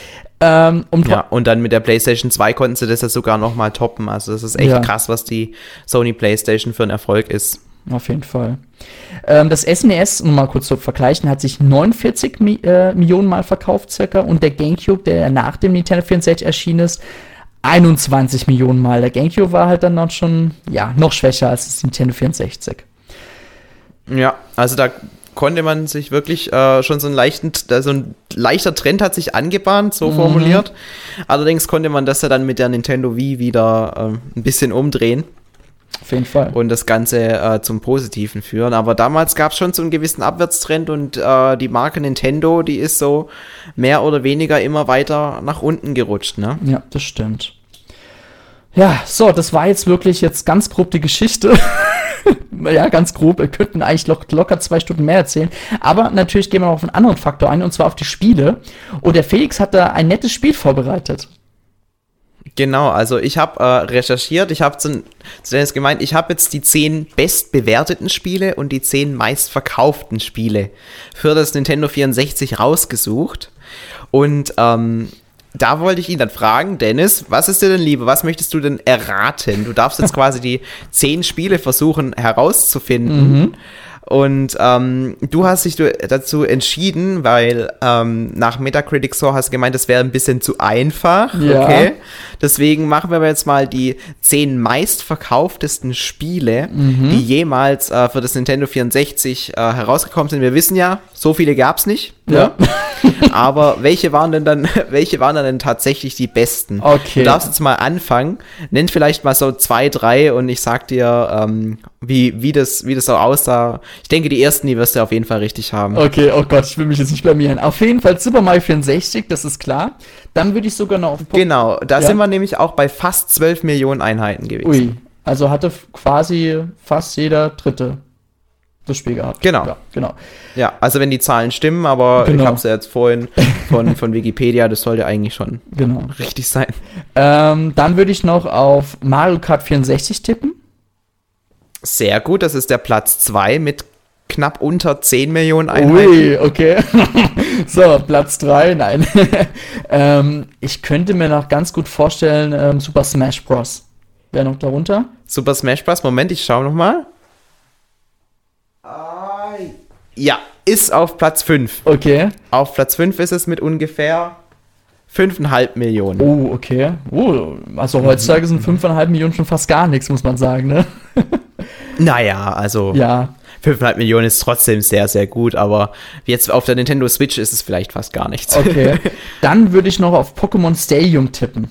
Und dann mit der PlayStation 2 konnten sie das ja sogar noch mal toppen. Also das ist echt krass, was die Sony PlayStation für ein Erfolg ist. Auf jeden Fall. Das SNES, um mal kurz zu vergleichen, hat sich 49 Millionen Mal verkauft circa. Und der GameCube, der nach dem Nintendo 64 erschienen ist, 21 Millionen Mal. Der GameCube war halt dann noch schon, noch schwächer als das Nintendo 64. Ja, also da konnte man sich wirklich schon so ein leichter Trend hat sich angebahnt, so formuliert. Allerdings konnte man das ja dann mit der Nintendo Wii wieder ein bisschen umdrehen. Auf jeden Fall. Und das Ganze zum Positiven führen. Aber damals gab es schon so einen gewissen Abwärtstrend und die Marke Nintendo, die ist so mehr oder weniger immer weiter nach unten gerutscht, ne? Ja, das stimmt. Ja, so, das war jetzt wirklich ganz grob die Geschichte. Ja, ganz grob. Wir könnten eigentlich locker 2 Stunden mehr erzählen. Aber natürlich gehen wir noch auf einen anderen Faktor ein, und zwar auf die Spiele. Und der Felix hat da ein nettes Spiel vorbereitet. Genau, also ich habe recherchiert, ich habe zu Dennis gemeint, ich habe jetzt die 10 bestbewerteten Spiele und die 10 meistverkauften Spiele für das Nintendo 64 rausgesucht. Und da wollte ich ihn dann fragen, Dennis, was ist dir denn lieber? Was möchtest du denn erraten? Du darfst jetzt quasi die 10 Spiele versuchen herauszufinden. Und du hast dich dazu entschieden, weil nach Metacritic Score hast du gemeint, das wäre ein bisschen zu einfach. Ja. Okay. Deswegen machen wir jetzt mal die 10 meistverkauftesten Spiele, die jemals für das Nintendo 64 herausgekommen sind. Wir wissen ja, so viele gab es nicht. Ja. Aber welche waren dann tatsächlich die besten? Okay. Du darfst jetzt mal anfangen. Nenn vielleicht mal so 2, 3 und ich sag dir, wie das so aussah. Ich denke, die ersten, die wirst du auf jeden Fall richtig haben. Okay, oh Gott, ich will mich jetzt nicht blamieren. Auf jeden Fall Super Mario 64, das ist klar. Dann würde ich sogar noch auf Genau, da sind wir nämlich auch bei fast 12 Millionen Einheiten gewesen. Ui, also hatte quasi fast jeder Dritte das Spiel gehabt. Genau. Ja, genau. Ja, also wenn die Zahlen stimmen, aber Genau. ich habe es ja jetzt vorhin von Wikipedia, das sollte eigentlich schon richtig sein. Dann würde ich noch auf Mario Kart 64 tippen. Sehr gut, das ist der Platz 2 mit knapp unter 10 Millionen Einheiten. Ui, okay. So, Platz 3, nein. Ich könnte mir noch ganz gut vorstellen, Super Smash Bros. Wer noch darunter? Super Smash Bros. Moment, ich schaue nochmal. Ja, ist auf Platz 5. Okay. Auf Platz 5 ist es mit ungefähr 5,5 Millionen. Oh, okay. Oh, also heutzutage sind 5,5 Millionen schon fast gar nichts, muss man sagen, ne? Naja, also Ja. 5,5 Millionen ist trotzdem sehr, sehr gut, aber jetzt auf der Nintendo Switch ist es vielleicht fast gar nichts. Okay. Dann würde ich noch auf Pokémon Stadium tippen.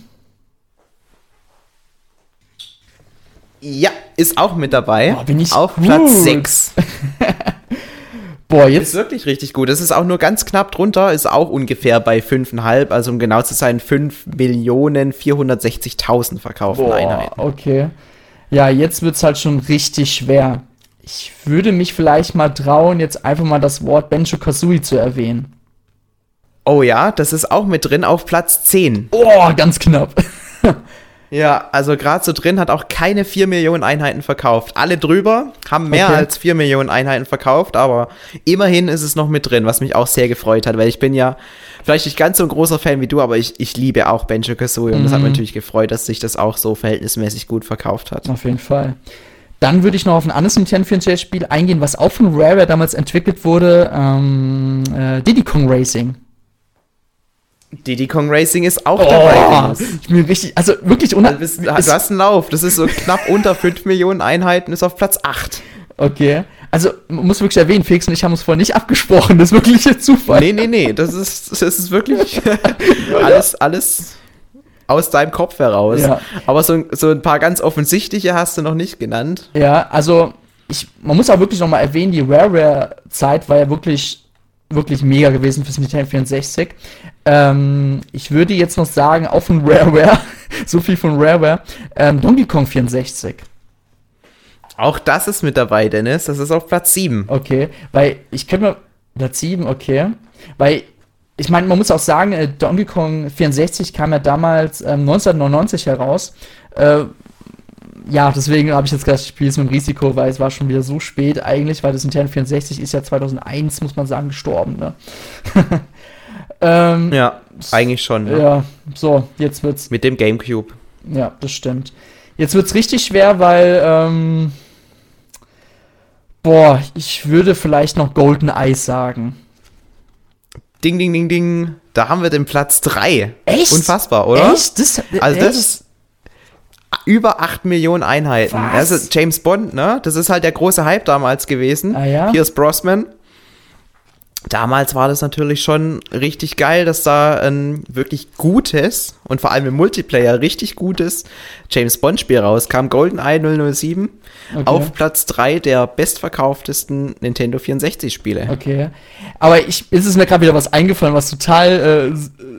Ja, ist auch mit dabei. Boah, bin ich auf gut. Platz 6. Boah, Ist jetzt. wirklich richtig gut. Das ist auch nur ganz knapp drunter, ist auch ungefähr bei 5,5, also um genau zu sein, 5.460.000 verkauften Boah, Einheiten. okay. Ja, jetzt wird's halt schon richtig schwer. Ich würde mich vielleicht mal trauen, jetzt einfach mal das Wort Banjo-Kazooie zu erwähnen. Oh ja, das ist auch mit drin auf Platz 10. Oh, ganz knapp. Ja, also gerade so drin hat auch keine 4 Millionen Einheiten verkauft. Alle drüber haben mehr Okay. als 4 Millionen Einheiten verkauft, aber immerhin ist es noch mit drin, was mich auch sehr gefreut hat, weil ich bin ja vielleicht nicht ganz so ein großer Fan wie du, aber ich liebe auch Banjo-Kazooie und das hat mich natürlich gefreut, dass sich das auch so verhältnismäßig gut verkauft hat. Auf jeden Fall. Dann würde ich noch auf ein anderes Nintendo 64-Spiel eingehen, was auch von Rareware damals entwickelt wurde. Diddy Kong Racing. Diddy Kong Racing ist auch dabei. Dennis. Ich bin richtig, also wirklich Du hast einen Lauf, das ist so knapp unter 5 Millionen Einheiten, ist auf Platz 8. Okay. Also, man muss wirklich erwähnen, Felix und ich haben uns vorher nicht abgesprochen. Das ist wirklich ein Zufall. Nee, das ist wirklich alles aus deinem Kopf heraus. Ja. Aber so ein paar ganz offensichtliche hast du noch nicht genannt. Ja, also, man muss auch wirklich nochmal erwähnen, die Rareware-Zeit war ja wirklich mega gewesen fürs Nintendo 64. Ich würde jetzt noch sagen, auch von Rareware, so viel von Rareware, Donkey Kong 64. Auch das ist mit dabei, Dennis. Das ist auf Platz 7. Okay, weil ich könnte mir, Platz 7, okay, weil ich meine, man muss auch sagen, Donkey Kong 64 kam ja damals 1999 heraus. Ja, deswegen habe ich jetzt gesagt, ich spiele es mit dem Risiko, weil es war schon wieder so spät eigentlich, weil das Nintendo 64 ist ja 2001, muss man sagen, gestorben, ne? Ja, eigentlich schon. Ne? Ja, so, jetzt wird's. Mit dem GameCube. Ja, das stimmt. Jetzt wird's richtig schwer, weil, ich würde vielleicht noch GoldenEye sagen. Ding, ding, ding, ding. Da haben wir den Platz 3. Echt? Unfassbar, oder? Echt? Also echt? das ist über 8 Millionen Einheiten. Was? Das ist James Bond, ne? Das ist halt der große Hype damals gewesen. Ah, ja? Pierce Brosnan. Damals war das natürlich schon richtig geil, dass da ein wirklich gutes und vor allem im Multiplayer richtig gutes James Bond-Spiel rauskam. GoldenEye 007 Okay. auf Platz 3 der bestverkauftesten Nintendo 64-Spiele. Okay. Aber ist es mir gerade wieder was eingefallen, was total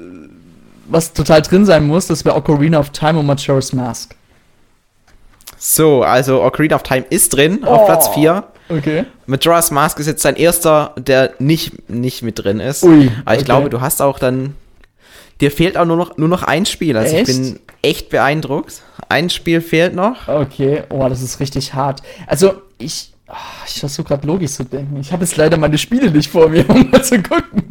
drin sein muss, das wäre Ocarina of Time und Majora's Mask. So, also Ocarina of Time ist drin auf Platz 4. Okay. Majora's Mask ist jetzt sein erster, der nicht mit drin ist. Ui, Aber ich okay. glaube, du hast auch dann. Dir fehlt auch nur noch ein Spiel. Also Echt? ich bin echt beeindruckt. Ein Spiel fehlt noch. Okay, oh, das ist richtig hart. Also, ich versuche gerade logisch zu denken. Ich habe jetzt leider meine Spiele nicht vor mir, um mal zu gucken.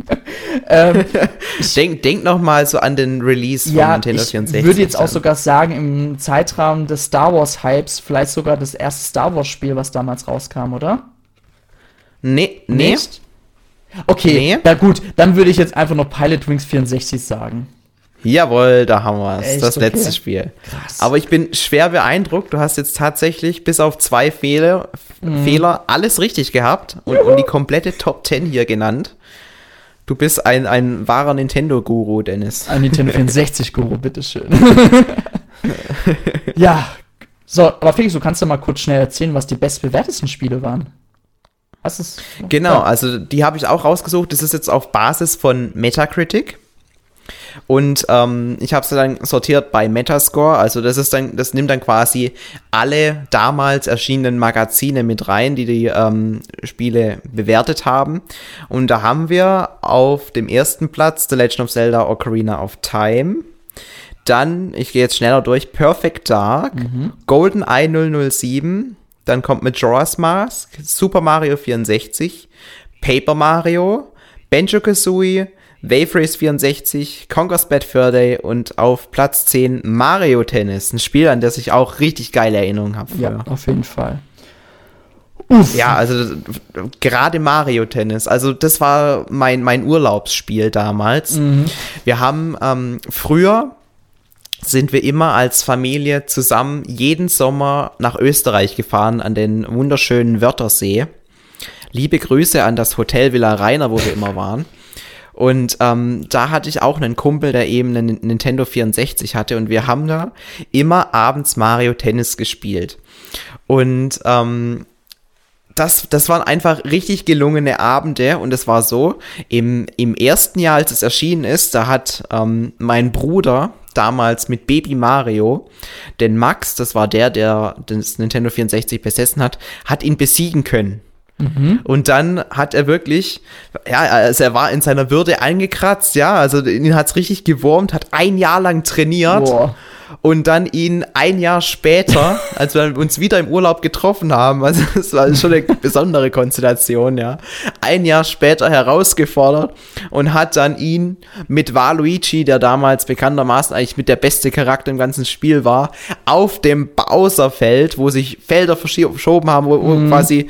Denk noch mal so an den Release von Ja, Nintendo ich 64. würde jetzt auch sogar sagen, im Zeitrahmen des Star Wars Hypes vielleicht sogar das erste Star Wars Spiel, was damals rauskam, oder? Nee. Nicht? Okay, Nee. na gut, dann würde ich jetzt einfach noch Pilot Wings 64 sagen. Jawohl, da haben wir es. Echt? Das Okay. letzte Spiel. Krass. Aber ich bin schwer beeindruckt. Du hast jetzt tatsächlich bis auf 2 Fehler alles richtig gehabt und die komplette Top 10 hier genannt. Du bist ein wahrer Nintendo-Guru, Dennis. Ein Nintendo 64-Guru, bitteschön. Ja, so, aber Felix, du kannst ja mal kurz schnell erzählen, was die bestbewertesten Spiele waren. Was ist? Genau, Ja. also die habe ich auch rausgesucht. Das ist jetzt auf Basis von Metacritic. Und ich habe sie dann sortiert bei Metascore. Also das nimmt dann quasi alle damals erschienenen Magazine mit rein, die Spiele bewertet haben. Und da haben wir auf dem ersten Platz The Legend of Zelda Ocarina of Time. Dann, ich gehe jetzt schneller durch, Perfect Dark, GoldenEye 007, dann kommt Majora's Mask, Super Mario 64, Paper Mario, Banjo-Kazooie, Wave Race 64, Conker's Bad Fur Day und auf Platz 10 Mario Tennis. Ein Spiel, an das ich auch richtig geile Erinnerungen habe. Ja, auf jeden Fall. Uff. Ja, also gerade Mario Tennis, also das war mein Urlaubsspiel damals. Wir haben früher sind wir immer als Familie zusammen jeden Sommer nach Österreich gefahren an den wunderschönen Wörthersee. Liebe Grüße an das Hotel Villa Rainer, wo wir immer waren. Und da hatte ich auch einen Kumpel, der eben einen Nintendo 64 hatte und wir haben da immer abends Mario Tennis gespielt. Und das waren einfach richtig gelungene Abende und es war so, im ersten Jahr, als es erschienen ist, da hat mein Bruder damals mit Baby Mario, den Max, das war der das Nintendo 64 besessen hat ihn besiegen können. Und dann hat er wirklich, ja, also er war in seiner Würde eingekratzt, ja, also ihn hat's richtig gewurmt, hat ein Jahr lang trainiert. Boah. Und dann ihn ein Jahr später, als wir uns wieder im Urlaub getroffen haben, also das war schon eine besondere Konstellation, ja, ein Jahr später herausgefordert und hat dann ihn mit Waluigi, der damals bekanntermaßen eigentlich mit der beste Charakter im ganzen Spiel war, auf dem Bowser-Feld, wo sich Felder verschoben haben, wo quasi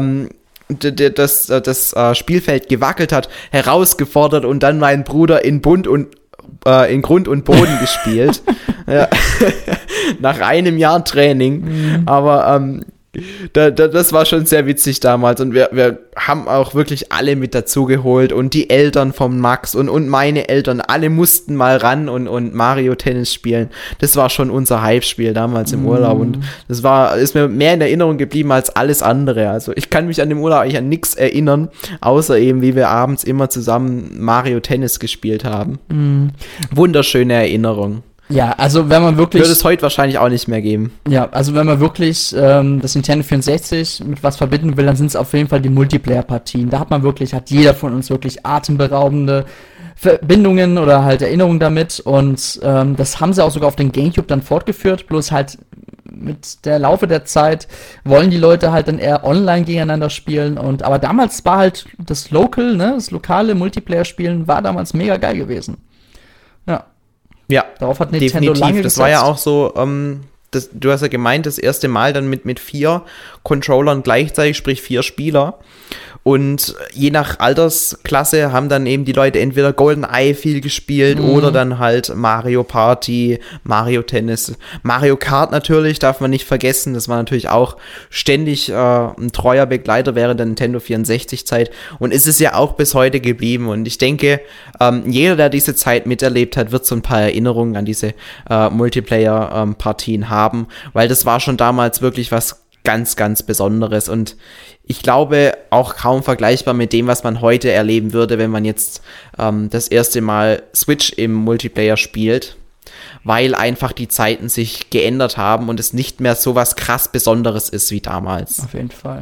das Spielfeld gewackelt hat, herausgefordert und dann meinen Bruder in Grund und Boden gespielt. Ja. Nach einem Jahr Training. Aber das war schon sehr witzig damals und wir haben auch wirklich alle mit dazugeholt und die Eltern vom Max und meine Eltern, alle mussten mal ran und Mario Tennis spielen. Das war schon unser Hype-Spiel damals im Urlaub und das ist mir mehr in Erinnerung geblieben als alles andere. Also ich kann mich an dem Urlaub eigentlich an nichts erinnern, außer eben, wie wir abends immer zusammen Mario Tennis gespielt haben. Wunderschöne Erinnerung. Ja, also wenn man wirklich... Würde es heute wahrscheinlich auch nicht mehr geben. Ja, also wenn man wirklich das Nintendo 64 mit was verbinden will, dann sind es auf jeden Fall die Multiplayer-Partien. Da hat jeder von uns wirklich atemberaubende Verbindungen oder halt Erinnerungen damit und das haben sie auch sogar auf den GameCube dann fortgeführt, bloß halt mit der Laufe der Zeit wollen die Leute halt dann eher online gegeneinander spielen aber damals war halt das lokale Multiplayer-Spielen war damals mega geil gewesen. Ja. Ja, darauf hat Nintendo definitiv. Lange gesetzt. Das war ja auch so, du hast ja gemeint, das erste Mal dann mit 4 Controllern gleichzeitig, sprich 4 Spieler. Und je nach Altersklasse haben dann eben die Leute entweder GoldenEye viel gespielt oder dann halt Mario Party, Mario Tennis, Mario Kart natürlich, darf man nicht vergessen. Das war natürlich auch ständig ein treuer Begleiter während der Nintendo 64-Zeit und ist es ja auch bis heute geblieben. Und ich denke, jeder, der diese Zeit miterlebt hat, wird so ein paar Erinnerungen an diese Multiplayer-Partien haben, weil das war schon damals wirklich was ganz, ganz Besonderes und ich glaube auch kaum vergleichbar mit dem, was man heute erleben würde, wenn man jetzt das erste Mal Switch im Multiplayer spielt, weil einfach die Zeiten sich geändert haben und es nicht mehr so was krass Besonderes ist wie damals. Auf jeden Fall.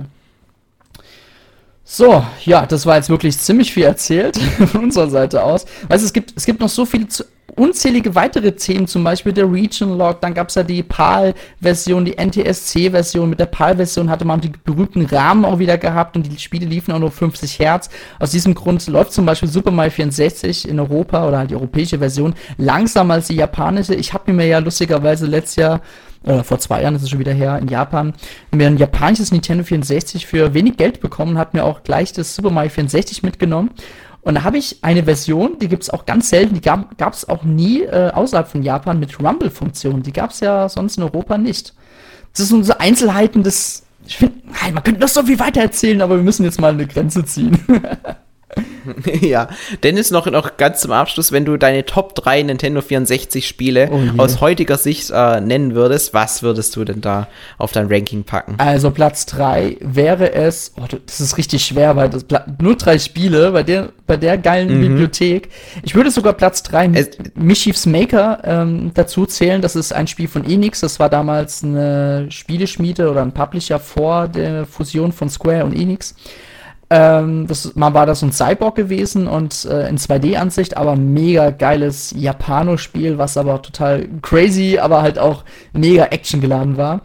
So, ja, das war jetzt wirklich ziemlich viel erzählt von unserer Seite aus. Weißt du, es gibt noch so viele unzählige weitere Themen, zum Beispiel der Region Lock, dann gab es ja die PAL-Version, die NTSC-Version. Mit der PAL-Version hatte man die berühmten Rahmen auch wieder gehabt und die Spiele liefen auch nur 50 Hertz. Aus diesem Grund läuft zum Beispiel Super Mario 64 in Europa oder halt die europäische Version langsamer als die japanische. Ich habe mir ja lustigerweise letztes Jahr vor 2 Jahren ist es schon wieder her, in Japan, mir ein japanisches Nintendo 64 für wenig Geld bekommen, hat mir auch gleich das Super Mario 64 mitgenommen. Und da habe ich eine Version, die gibt es auch ganz selten, die gab es auch nie außerhalb von Japan mit Rumble-Funktion. Die gab es ja sonst in Europa nicht. Das sind so Einzelheiten, ich finde, man könnte noch so viel weiter erzählen, aber wir müssen jetzt mal eine Grenze ziehen. Ja, Dennis, noch ganz zum Abschluss, wenn du deine Top 3 Nintendo 64 Spiele aus heutiger Sicht nennen würdest, was würdest du denn da auf dein Ranking packen? Also Platz 3 wäre es, das ist richtig schwer, weil das nur 3 Spiele bei der geilen Bibliothek. Ich würde sogar Platz 3 Mischief's Maker dazu zählen. Das ist ein Spiel von Enix, das war damals eine Spieleschmiede oder ein Publisher vor der Fusion von Square und Enix. Mal war das ein Cyborg gewesen und in 2D-Ansicht, aber mega geiles Japano-Spiel, was aber total crazy, aber halt auch mega actiongeladen war.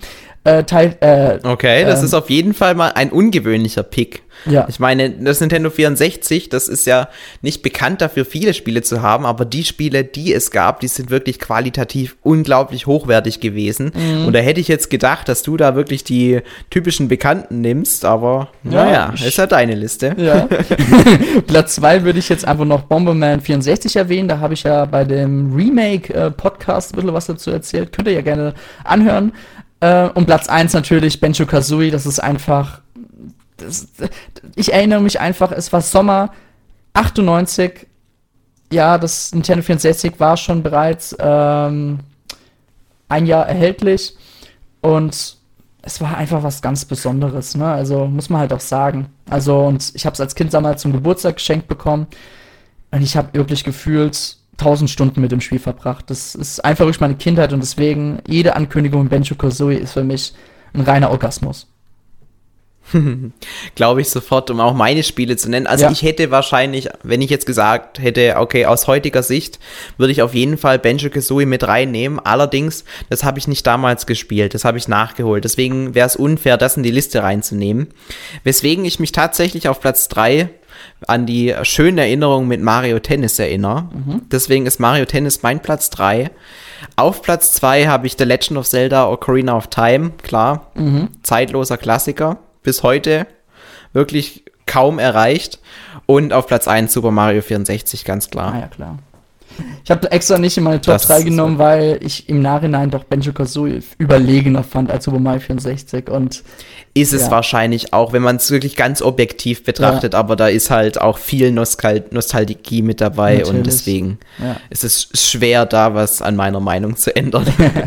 Okay, das ist auf jeden Fall mal ein ungewöhnlicher Pick. Ja. Ich meine, das Nintendo 64, das ist ja nicht bekannt dafür, viele Spiele zu haben, aber die Spiele, die es gab, die sind wirklich qualitativ unglaublich hochwertig gewesen. Und da hätte ich jetzt gedacht, dass du da wirklich die typischen Bekannten nimmst, aber naja, ist ja deine Liste. Ja. Platz 2 würde ich jetzt einfach noch Bomberman 64 erwähnen. Da habe ich ja bei dem Remake-Podcast ein bisschen was dazu erzählt. Könnt ihr ja gerne anhören. Und Platz 1 natürlich Banjo-Kazooie. Das ist einfach... ich erinnere mich einfach, es war Sommer 98. Ja, das Nintendo 64 war schon bereits ein Jahr erhältlich. Und es war einfach was ganz Besonderes, ne? Also muss man halt auch sagen. Also, und ich habe es als Kind damals zum Geburtstag geschenkt bekommen. Und ich habe wirklich gefühlt 1000 Stunden mit dem Spiel verbracht. Das ist einfach wirklich meine Kindheit und deswegen jede Ankündigung in Banjo-Kazooie ist für mich ein reiner Orgasmus. Glaube ich sofort, um auch meine Spiele zu nennen. Also ich hätte wahrscheinlich, wenn ich jetzt gesagt hätte, okay, aus heutiger Sicht, würde ich auf jeden Fall Banjo-Kazooie mit reinnehmen. Allerdings, das habe ich nicht damals gespielt, das habe ich nachgeholt. Deswegen wäre es unfair, das in die Liste reinzunehmen. Weswegen ich mich tatsächlich auf Platz 3 an die schönen Erinnerungen mit Mario Tennis erinnere. Deswegen ist Mario Tennis mein Platz 3. Auf Platz 2 habe ich The Legend of Zelda Ocarina of Time, klar, zeitloser Klassiker. Bis heute wirklich kaum erreicht. Und auf Platz 1 Super Mario 64, ganz klar. Ah ja, klar. Ich habe extra nicht in meine Top 3 genommen, weil ich im Nachhinein doch Banjo-Kazooie überlegener fand als Super Mario 64. Und ist es wahrscheinlich auch, wenn man es wirklich ganz objektiv betrachtet, aber da ist halt auch viel Nostalgie mit dabei. Natürlich. Und deswegen ist es schwer, da was an meiner Meinung zu ändern.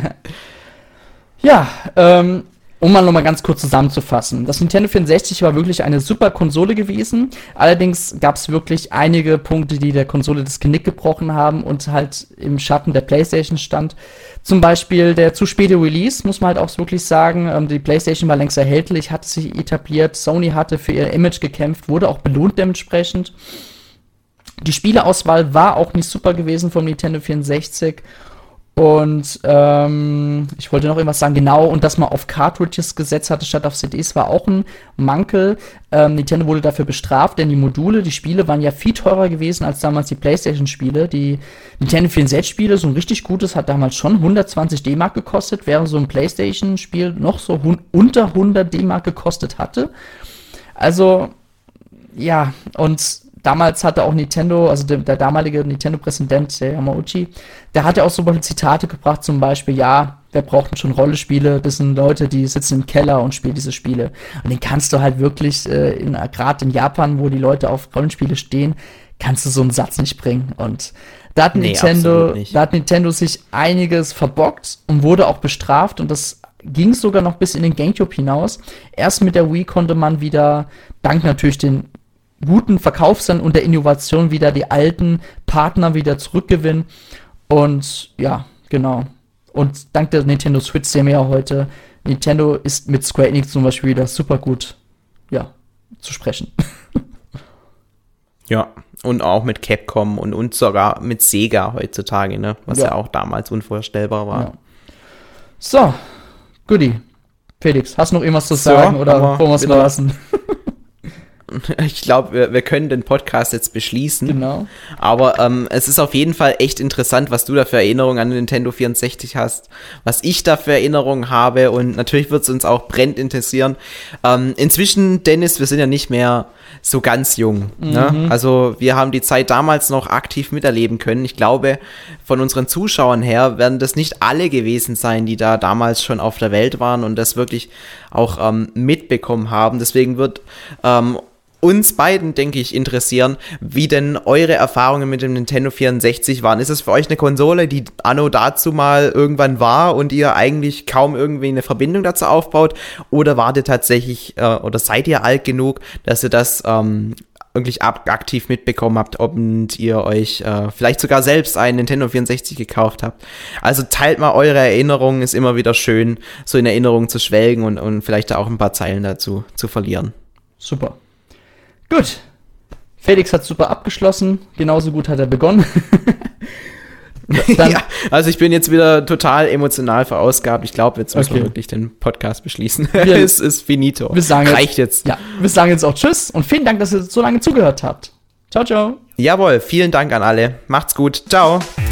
Ja, um mal nochmal ganz kurz zusammenzufassen. Das Nintendo 64 war wirklich eine super Konsole gewesen. Allerdings gab es wirklich einige Punkte, die der Konsole das Genick gebrochen haben und halt im Schatten der PlayStation stand. Zum Beispiel der zu späte Release, muss man halt auch wirklich sagen. Die PlayStation war längst erhältlich, hatte sich etabliert. Sony hatte für ihr Image gekämpft, wurde auch belohnt dementsprechend. Die Spieleauswahl war auch nicht super gewesen vom Nintendo 64. Und ich wollte noch irgendwas sagen, genau, und dass man auf Cartridges gesetzt hatte statt auf CDs, war auch ein Mankel. Nintendo wurde dafür bestraft, denn die Spiele waren ja viel teurer gewesen als damals die PlayStation-Spiele. Die Nintendo 64-Spiele, so ein richtig gutes, hat damals schon 120 D-Mark gekostet, während so ein PlayStation-Spiel noch so unter 100 D-Mark gekostet hatte. Also, ja, und damals hatte auch Nintendo, also der damalige Nintendo-Präsident, der Yamauchi, der hatte auch so Zitate gebracht, zum Beispiel, ja, wer braucht denn schon Rollenspiele? Das sind Leute, die sitzen im Keller und spielen diese Spiele. Und den kannst du halt wirklich, gerade in Japan, wo die Leute auf Rollenspiele stehen, kannst du so einen Satz nicht bringen. Und da hat Nintendo sich einiges verbockt und wurde auch bestraft und das ging sogar noch bis in den GameCube hinaus. Erst mit der Wii konnte man wieder, dank natürlich den guten Verkaufszahlen und der Innovation wieder die alten Partner wieder zurückgewinnen. Und ja, genau. Und dank der Nintendo Switch sehen wir ja heute, Nintendo ist mit Square Enix zum Beispiel wieder super gut, zu sprechen. Ja, und auch mit Capcom und sogar mit Sega heutzutage, ne? Was ja auch damals unvorstellbar war. Ja. So, Goodie. Felix, hast du noch irgendwas zu sagen oder wollen wir es lassen? Ich glaube, wir können den Podcast jetzt beschließen. Genau. Aber es ist auf jeden Fall echt interessant, was du da für Erinnerungen an Nintendo 64 hast, was ich da für Erinnerungen habe und natürlich wird es uns auch brennend interessieren. Inzwischen, Dennis, wir sind ja nicht mehr so ganz jung. Ne? Also wir haben die Zeit damals noch aktiv miterleben können. Ich glaube, von unseren Zuschauern her werden das nicht alle gewesen sein, die da damals schon auf der Welt waren und das wirklich auch mitbekommen haben. Deswegen wird uns beiden, denke ich, interessieren, wie denn eure Erfahrungen mit dem Nintendo 64 waren. Ist es für euch eine Konsole, die anno dazu mal irgendwann war und ihr eigentlich kaum irgendwie eine Verbindung dazu aufbaut? Oder wart ihr tatsächlich, oder seid ihr alt genug, dass ihr das wirklich aktiv mitbekommen habt, ob ihr euch vielleicht sogar selbst einen Nintendo 64 gekauft habt? Also teilt mal eure Erinnerungen, ist immer wieder schön, so in Erinnerungen zu schwelgen und vielleicht da auch ein paar Zeilen dazu zu verlieren. Super. Gut. Felix hat super abgeschlossen. Genauso gut hat er begonnen. Ja, also ich bin jetzt wieder total emotional verausgabt. Ich glaube, jetzt müssen wir wirklich den Podcast beschließen. Es ist finito. Reicht jetzt. Ja, wir sagen jetzt auch Tschüss und vielen Dank, dass ihr so lange zugehört habt. Ciao, ciao. Jawohl, vielen Dank an alle. Macht's gut. Ciao.